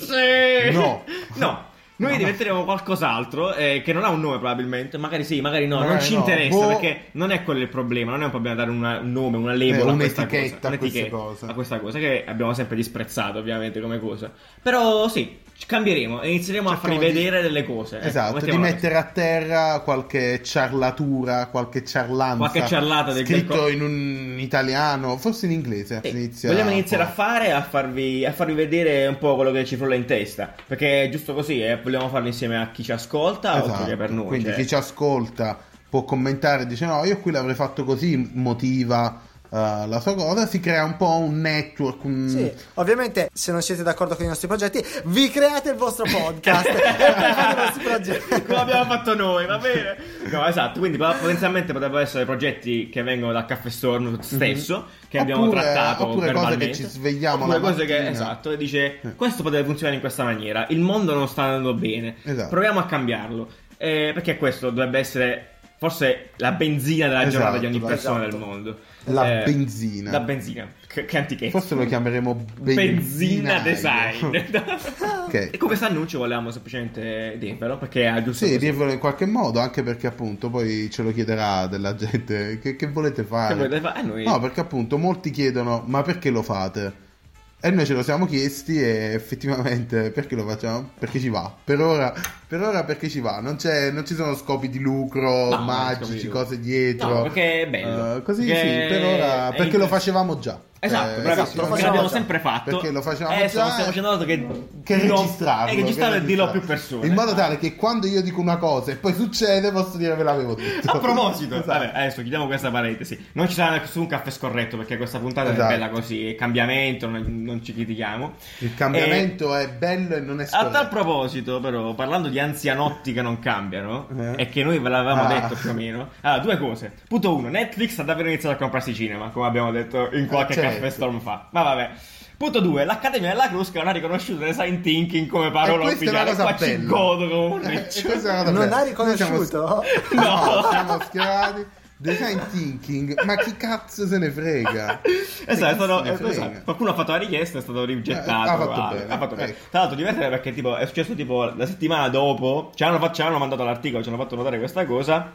Sì.
No.
No. Noi no. diventeremo qualcos'altro eh, che non ha un nome probabilmente, magari sì, magari no,
Magari
non ci
no.
interessa
Boh.
perché non è quello il problema, non è un problema dare una, un nome, una label
Eh,
a questa
un'etichetta
cosa,
a queste
un'etichetta
cose.
a questa cosa che abbiamo sempre disprezzato ovviamente come cosa. Però sì, cambieremo e inizieremo
Cerchiamo
a farvi
di-
vedere delle cose.
Esatto,
ecco,
di
mettiamola
mettere a terra qualche ciarlatura, qualche ciarlanza,
Qualche ciarlata del
scritto
del co-
in un italiano, forse in inglese.
Sì.
Inizia
Vogliamo
un
iniziare
po'.
a fare a farvi, a farvi vedere un po' quello che ci frulla in testa, perché è giusto così, eh, vogliamo farlo insieme a chi ci ascolta oltre
Esatto.
che per noi.
Quindi
cioè.
chi ci ascolta può commentare e dice no, io qui l'avrei fatto così, motiva uh, la sua cosa, si crea un po' un network, un...
Sì, ovviamente se non siete d'accordo con i nostri progetti, vi create il vostro podcast e fate i vostri progetti.
Come abbiamo fatto noi, va bene? No, esatto, quindi potenzialmente potrebbero essere progetti che vengono dal Caffè Storm stesso, mm-hmm. che abbiamo
Oppure-
trattato
oppure cose
verbalmente.
che ci svegliamo
oppure
la
cose che,
mattina.
esatto, e dice questo potrebbe funzionare in questa maniera, il mondo non sta andando bene,
Esatto.
proviamo a cambiarlo, eh, perché questo dovrebbe essere forse la benzina della
Esatto,
giornata di ogni persona
esatto.
del mondo.
La
Eh,
benzina.
La benzina, che, che antichezza.
Forse lo chiameremo
Benzina
benzinaio.
Design.
Ok.
E con questo annuncio volevamo semplicemente dirvelo, perché è giusto
Sì,
così.
dirvelo in qualche modo, anche perché appunto poi ce lo chiederà della gente che, che volete fare.
Che volete fare? Eh, noi-
No, perché appunto molti chiedono ma perché lo fate? E noi ce lo siamo chiesti e effettivamente perché lo facciamo? Perché ci va. Per ora, per ora perché ci va. Non, c'è, non ci sono scopi di lucro,
No, scopi
magici,
di lucro.
cose dietro.
No, perché è bello.
Eh, così
Perché
sì, per ora.
è
Perché lo
inter-
facevamo già.
Esatto,
Eh,
bravissimo,
esatto, lo
perché
facciamo
l'abbiamo
già.
sempre fatto.
Perché lo facevamo
Adesso
già,
lo stiamo facendo dato che
che
non-
registrarlo,
e registrarlo
che
e dirlo a più
registrarlo.
persone.
In modo tale che quando io dico una cosa e poi succede posso dire ve l'avevo detto.
A proposito,
Esatto.
vabbè, adesso chiudiamo questa parentesi. Non ci sarà nessun caffè scorretto perché questa puntata
Esatto.
è bella così. Cambiamento, non, non ci critichiamo.
Il cambiamento è bello e non è
A
scorretto.
tal proposito, però, parlando di anzianotti che non cambiano,
Eh.
e che noi ve l'avevamo
Ah.
detto più o meno. Allora, due cose. Punto uno: Netflix ha davvero iniziato a comprarsi cinema, come abbiamo detto in qualche
certo.
Caffè Storm fa. Ma vabbè. Punto due: l'Accademia della Crusca non ha riconosciuto design thinking come parola
E questa è una
ufficiale.
cosa
Qua ci
bella.
godo come un
Eh,
riccio.
questa è una cosa
Non
bella.
ha
Noi
riconosciuto?
Siamo...
No.
No, siamo schierati. Design thinking, ma chi cazzo se ne frega?
Esatto, è stato-
Chi se ne
esatto.
frega?
Qualcuno ha fatto la richiesta, è stato rigettato.
Eh, ha fatto
guarda.
bene,
Ha fatto bene.
ecco.
Tra l'altro, divertente perché tipo, è successo tipo la settimana dopo. Ci hanno, fatto- ci hanno mandato l'articolo, ci hanno fatto notare questa cosa.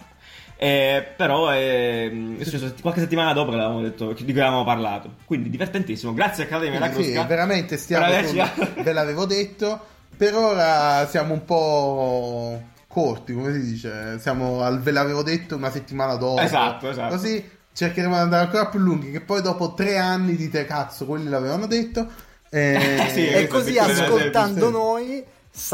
Eh, però è, è successo qualche settimana dopo che l'avevamo detto, di cui avevamo parlato. Quindi divertentissimo. Grazie Accademia della
Quindi,
Crusca.
sì, veramente stiamo
per averci-
con- ve l'avevo detto. Per ora siamo un po' corti, come si dice? Siamo al ve l'avevo detto una settimana dopo.
Esatto, esatto.
Così cercheremo di andare ancora più lunghi. Che poi dopo tre anni dite cazzo, quelli l'avevano detto. Eh,
Sì,
E
questo
così
è piccolo
ascoltando
sì.
noi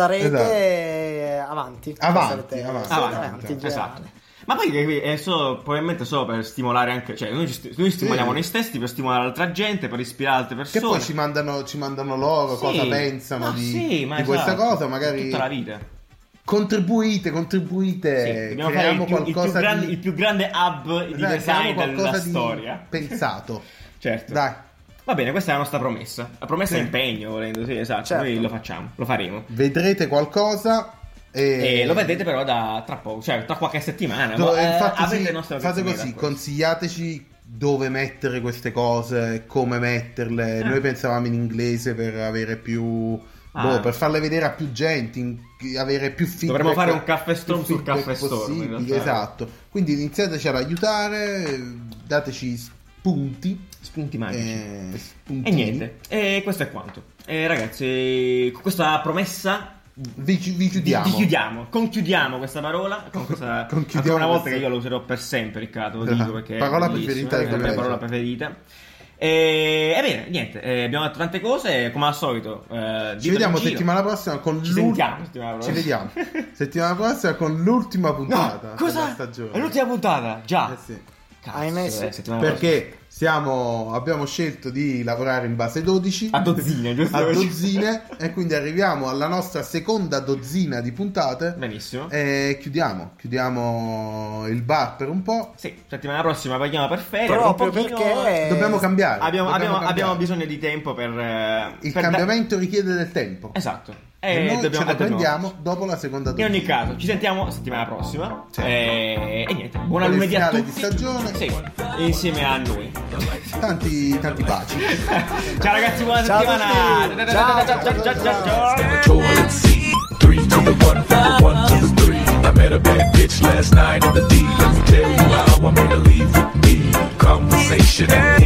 sarete avanti.
Avanti,
Sarete-
avanti,
sarete
avanti,
avanti in
esatto.
generale.
Ma poi che è solo, probabilmente solo per stimolare anche, cioè noi, ci sti- noi stimoliamo
Sì.
noi stessi per stimolare altra gente, per ispirare altre
Che
persone.
poi ci mandano, ci mandano loro
Sì.
cosa pensano
Ma
di,
sì, ma
di questa
esatto.
cosa. Magari
Tutta la vita.
contribuite, contribuite.
Sì, dobbiamo fare il
creiamo
più, il più
qualcosa
grande,
di
il più grande hub di
Dai,
design
creiamo
della
qualcosa di
storia.
pensato.
Certo.
Dai,
Va bene, questa è la nostra promessa. La promessa
Sì.
è impegno, volendo, sì, esatto.
Certo.
Noi lo facciamo, lo faremo.
vedrete qualcosa
E lo vedete però da tra poco, cioè tra qualche settimana.
Do,
eh,
infatti
avete
sì,
le nostre
fate
opzioni
così,
da questo.
consigliateci dove mettere queste cose, come metterle.
Ah.
Noi pensavamo in inglese per avere più
Ah.
boh, per farle vedere a più gente, in- avere più feedback.
Dovremmo fare un caffè storm
più
sul
feedback
caffè storm, in
possibili,
realtà.
esatto. Quindi iniziateci ad aiutare, dateci spunti.
Spunti magici.
eh,
E
spuntini.
niente, e questo è quanto. E ragazzi, con questa promessa
Vi, chi- vi
vi,
chiudiamo.
vi chiudiamo, conchiudiamo questa parola. Con questa,
Conchiudiamo
ancora una volta
questa-
che io la userò per sempre, Riccardo, lo dico perché
Parola
è bellissimo,
preferita di
è la mia
Gabriele.
parola preferita. E, e bene, niente, eh, abbiamo detto tante cose, come al solito. eh,
Ci
ditelo
vediamo
in giro.
settimana prossima con
Ci
l'ul-
sentiamo settimana
Ci
prossima.
vediamo settimana prossima con l'ultima puntata
No,
della
cosa?
stagione.
È l'ultima puntata? Già.
Eh sì.
Cazzo,
Ahimè, sì.
eh, settimana prossima.
Perché siamo, abbiamo scelto di lavorare in base dodici
A dozzine, giusto?
a dozzine e quindi arriviamo alla nostra seconda dozzina di puntate
Benissimo.
e chiudiamo chiudiamo il bar per un po'.
Sì, settimana prossima paghiamo per ferie.
Proprio
per un pochino-
perché
Dobbiamo cambiare
Abbiamo,
dobbiamo
abbiamo-
cambiare.
abbiamo bisogno di tempo per. eh,
Il
per da-
cambiamento richiede del tempo
Esatto.
e
E
noi
dobbiamo-
ce lo
e dobbiamo-
prendiamo dopo la seconda
In
dozzina.
ogni caso, ci sentiamo settimana prossima.
Sì.
E, e niente, buona
Buon
lunedì a
finale
tutti.
di stagione.
Sì, insieme a noi.
tanti tanti baci.
Ciao ragazzi, buona
Ciao a
settimana.
tutti.
Ciao, ciao, ciao, ciao, ciao, ciao.
the toilet seat. Three to the one, from the one to the three. I met a bad bitch last night in the D. Let me tell you how I made her leave with me. Conversation and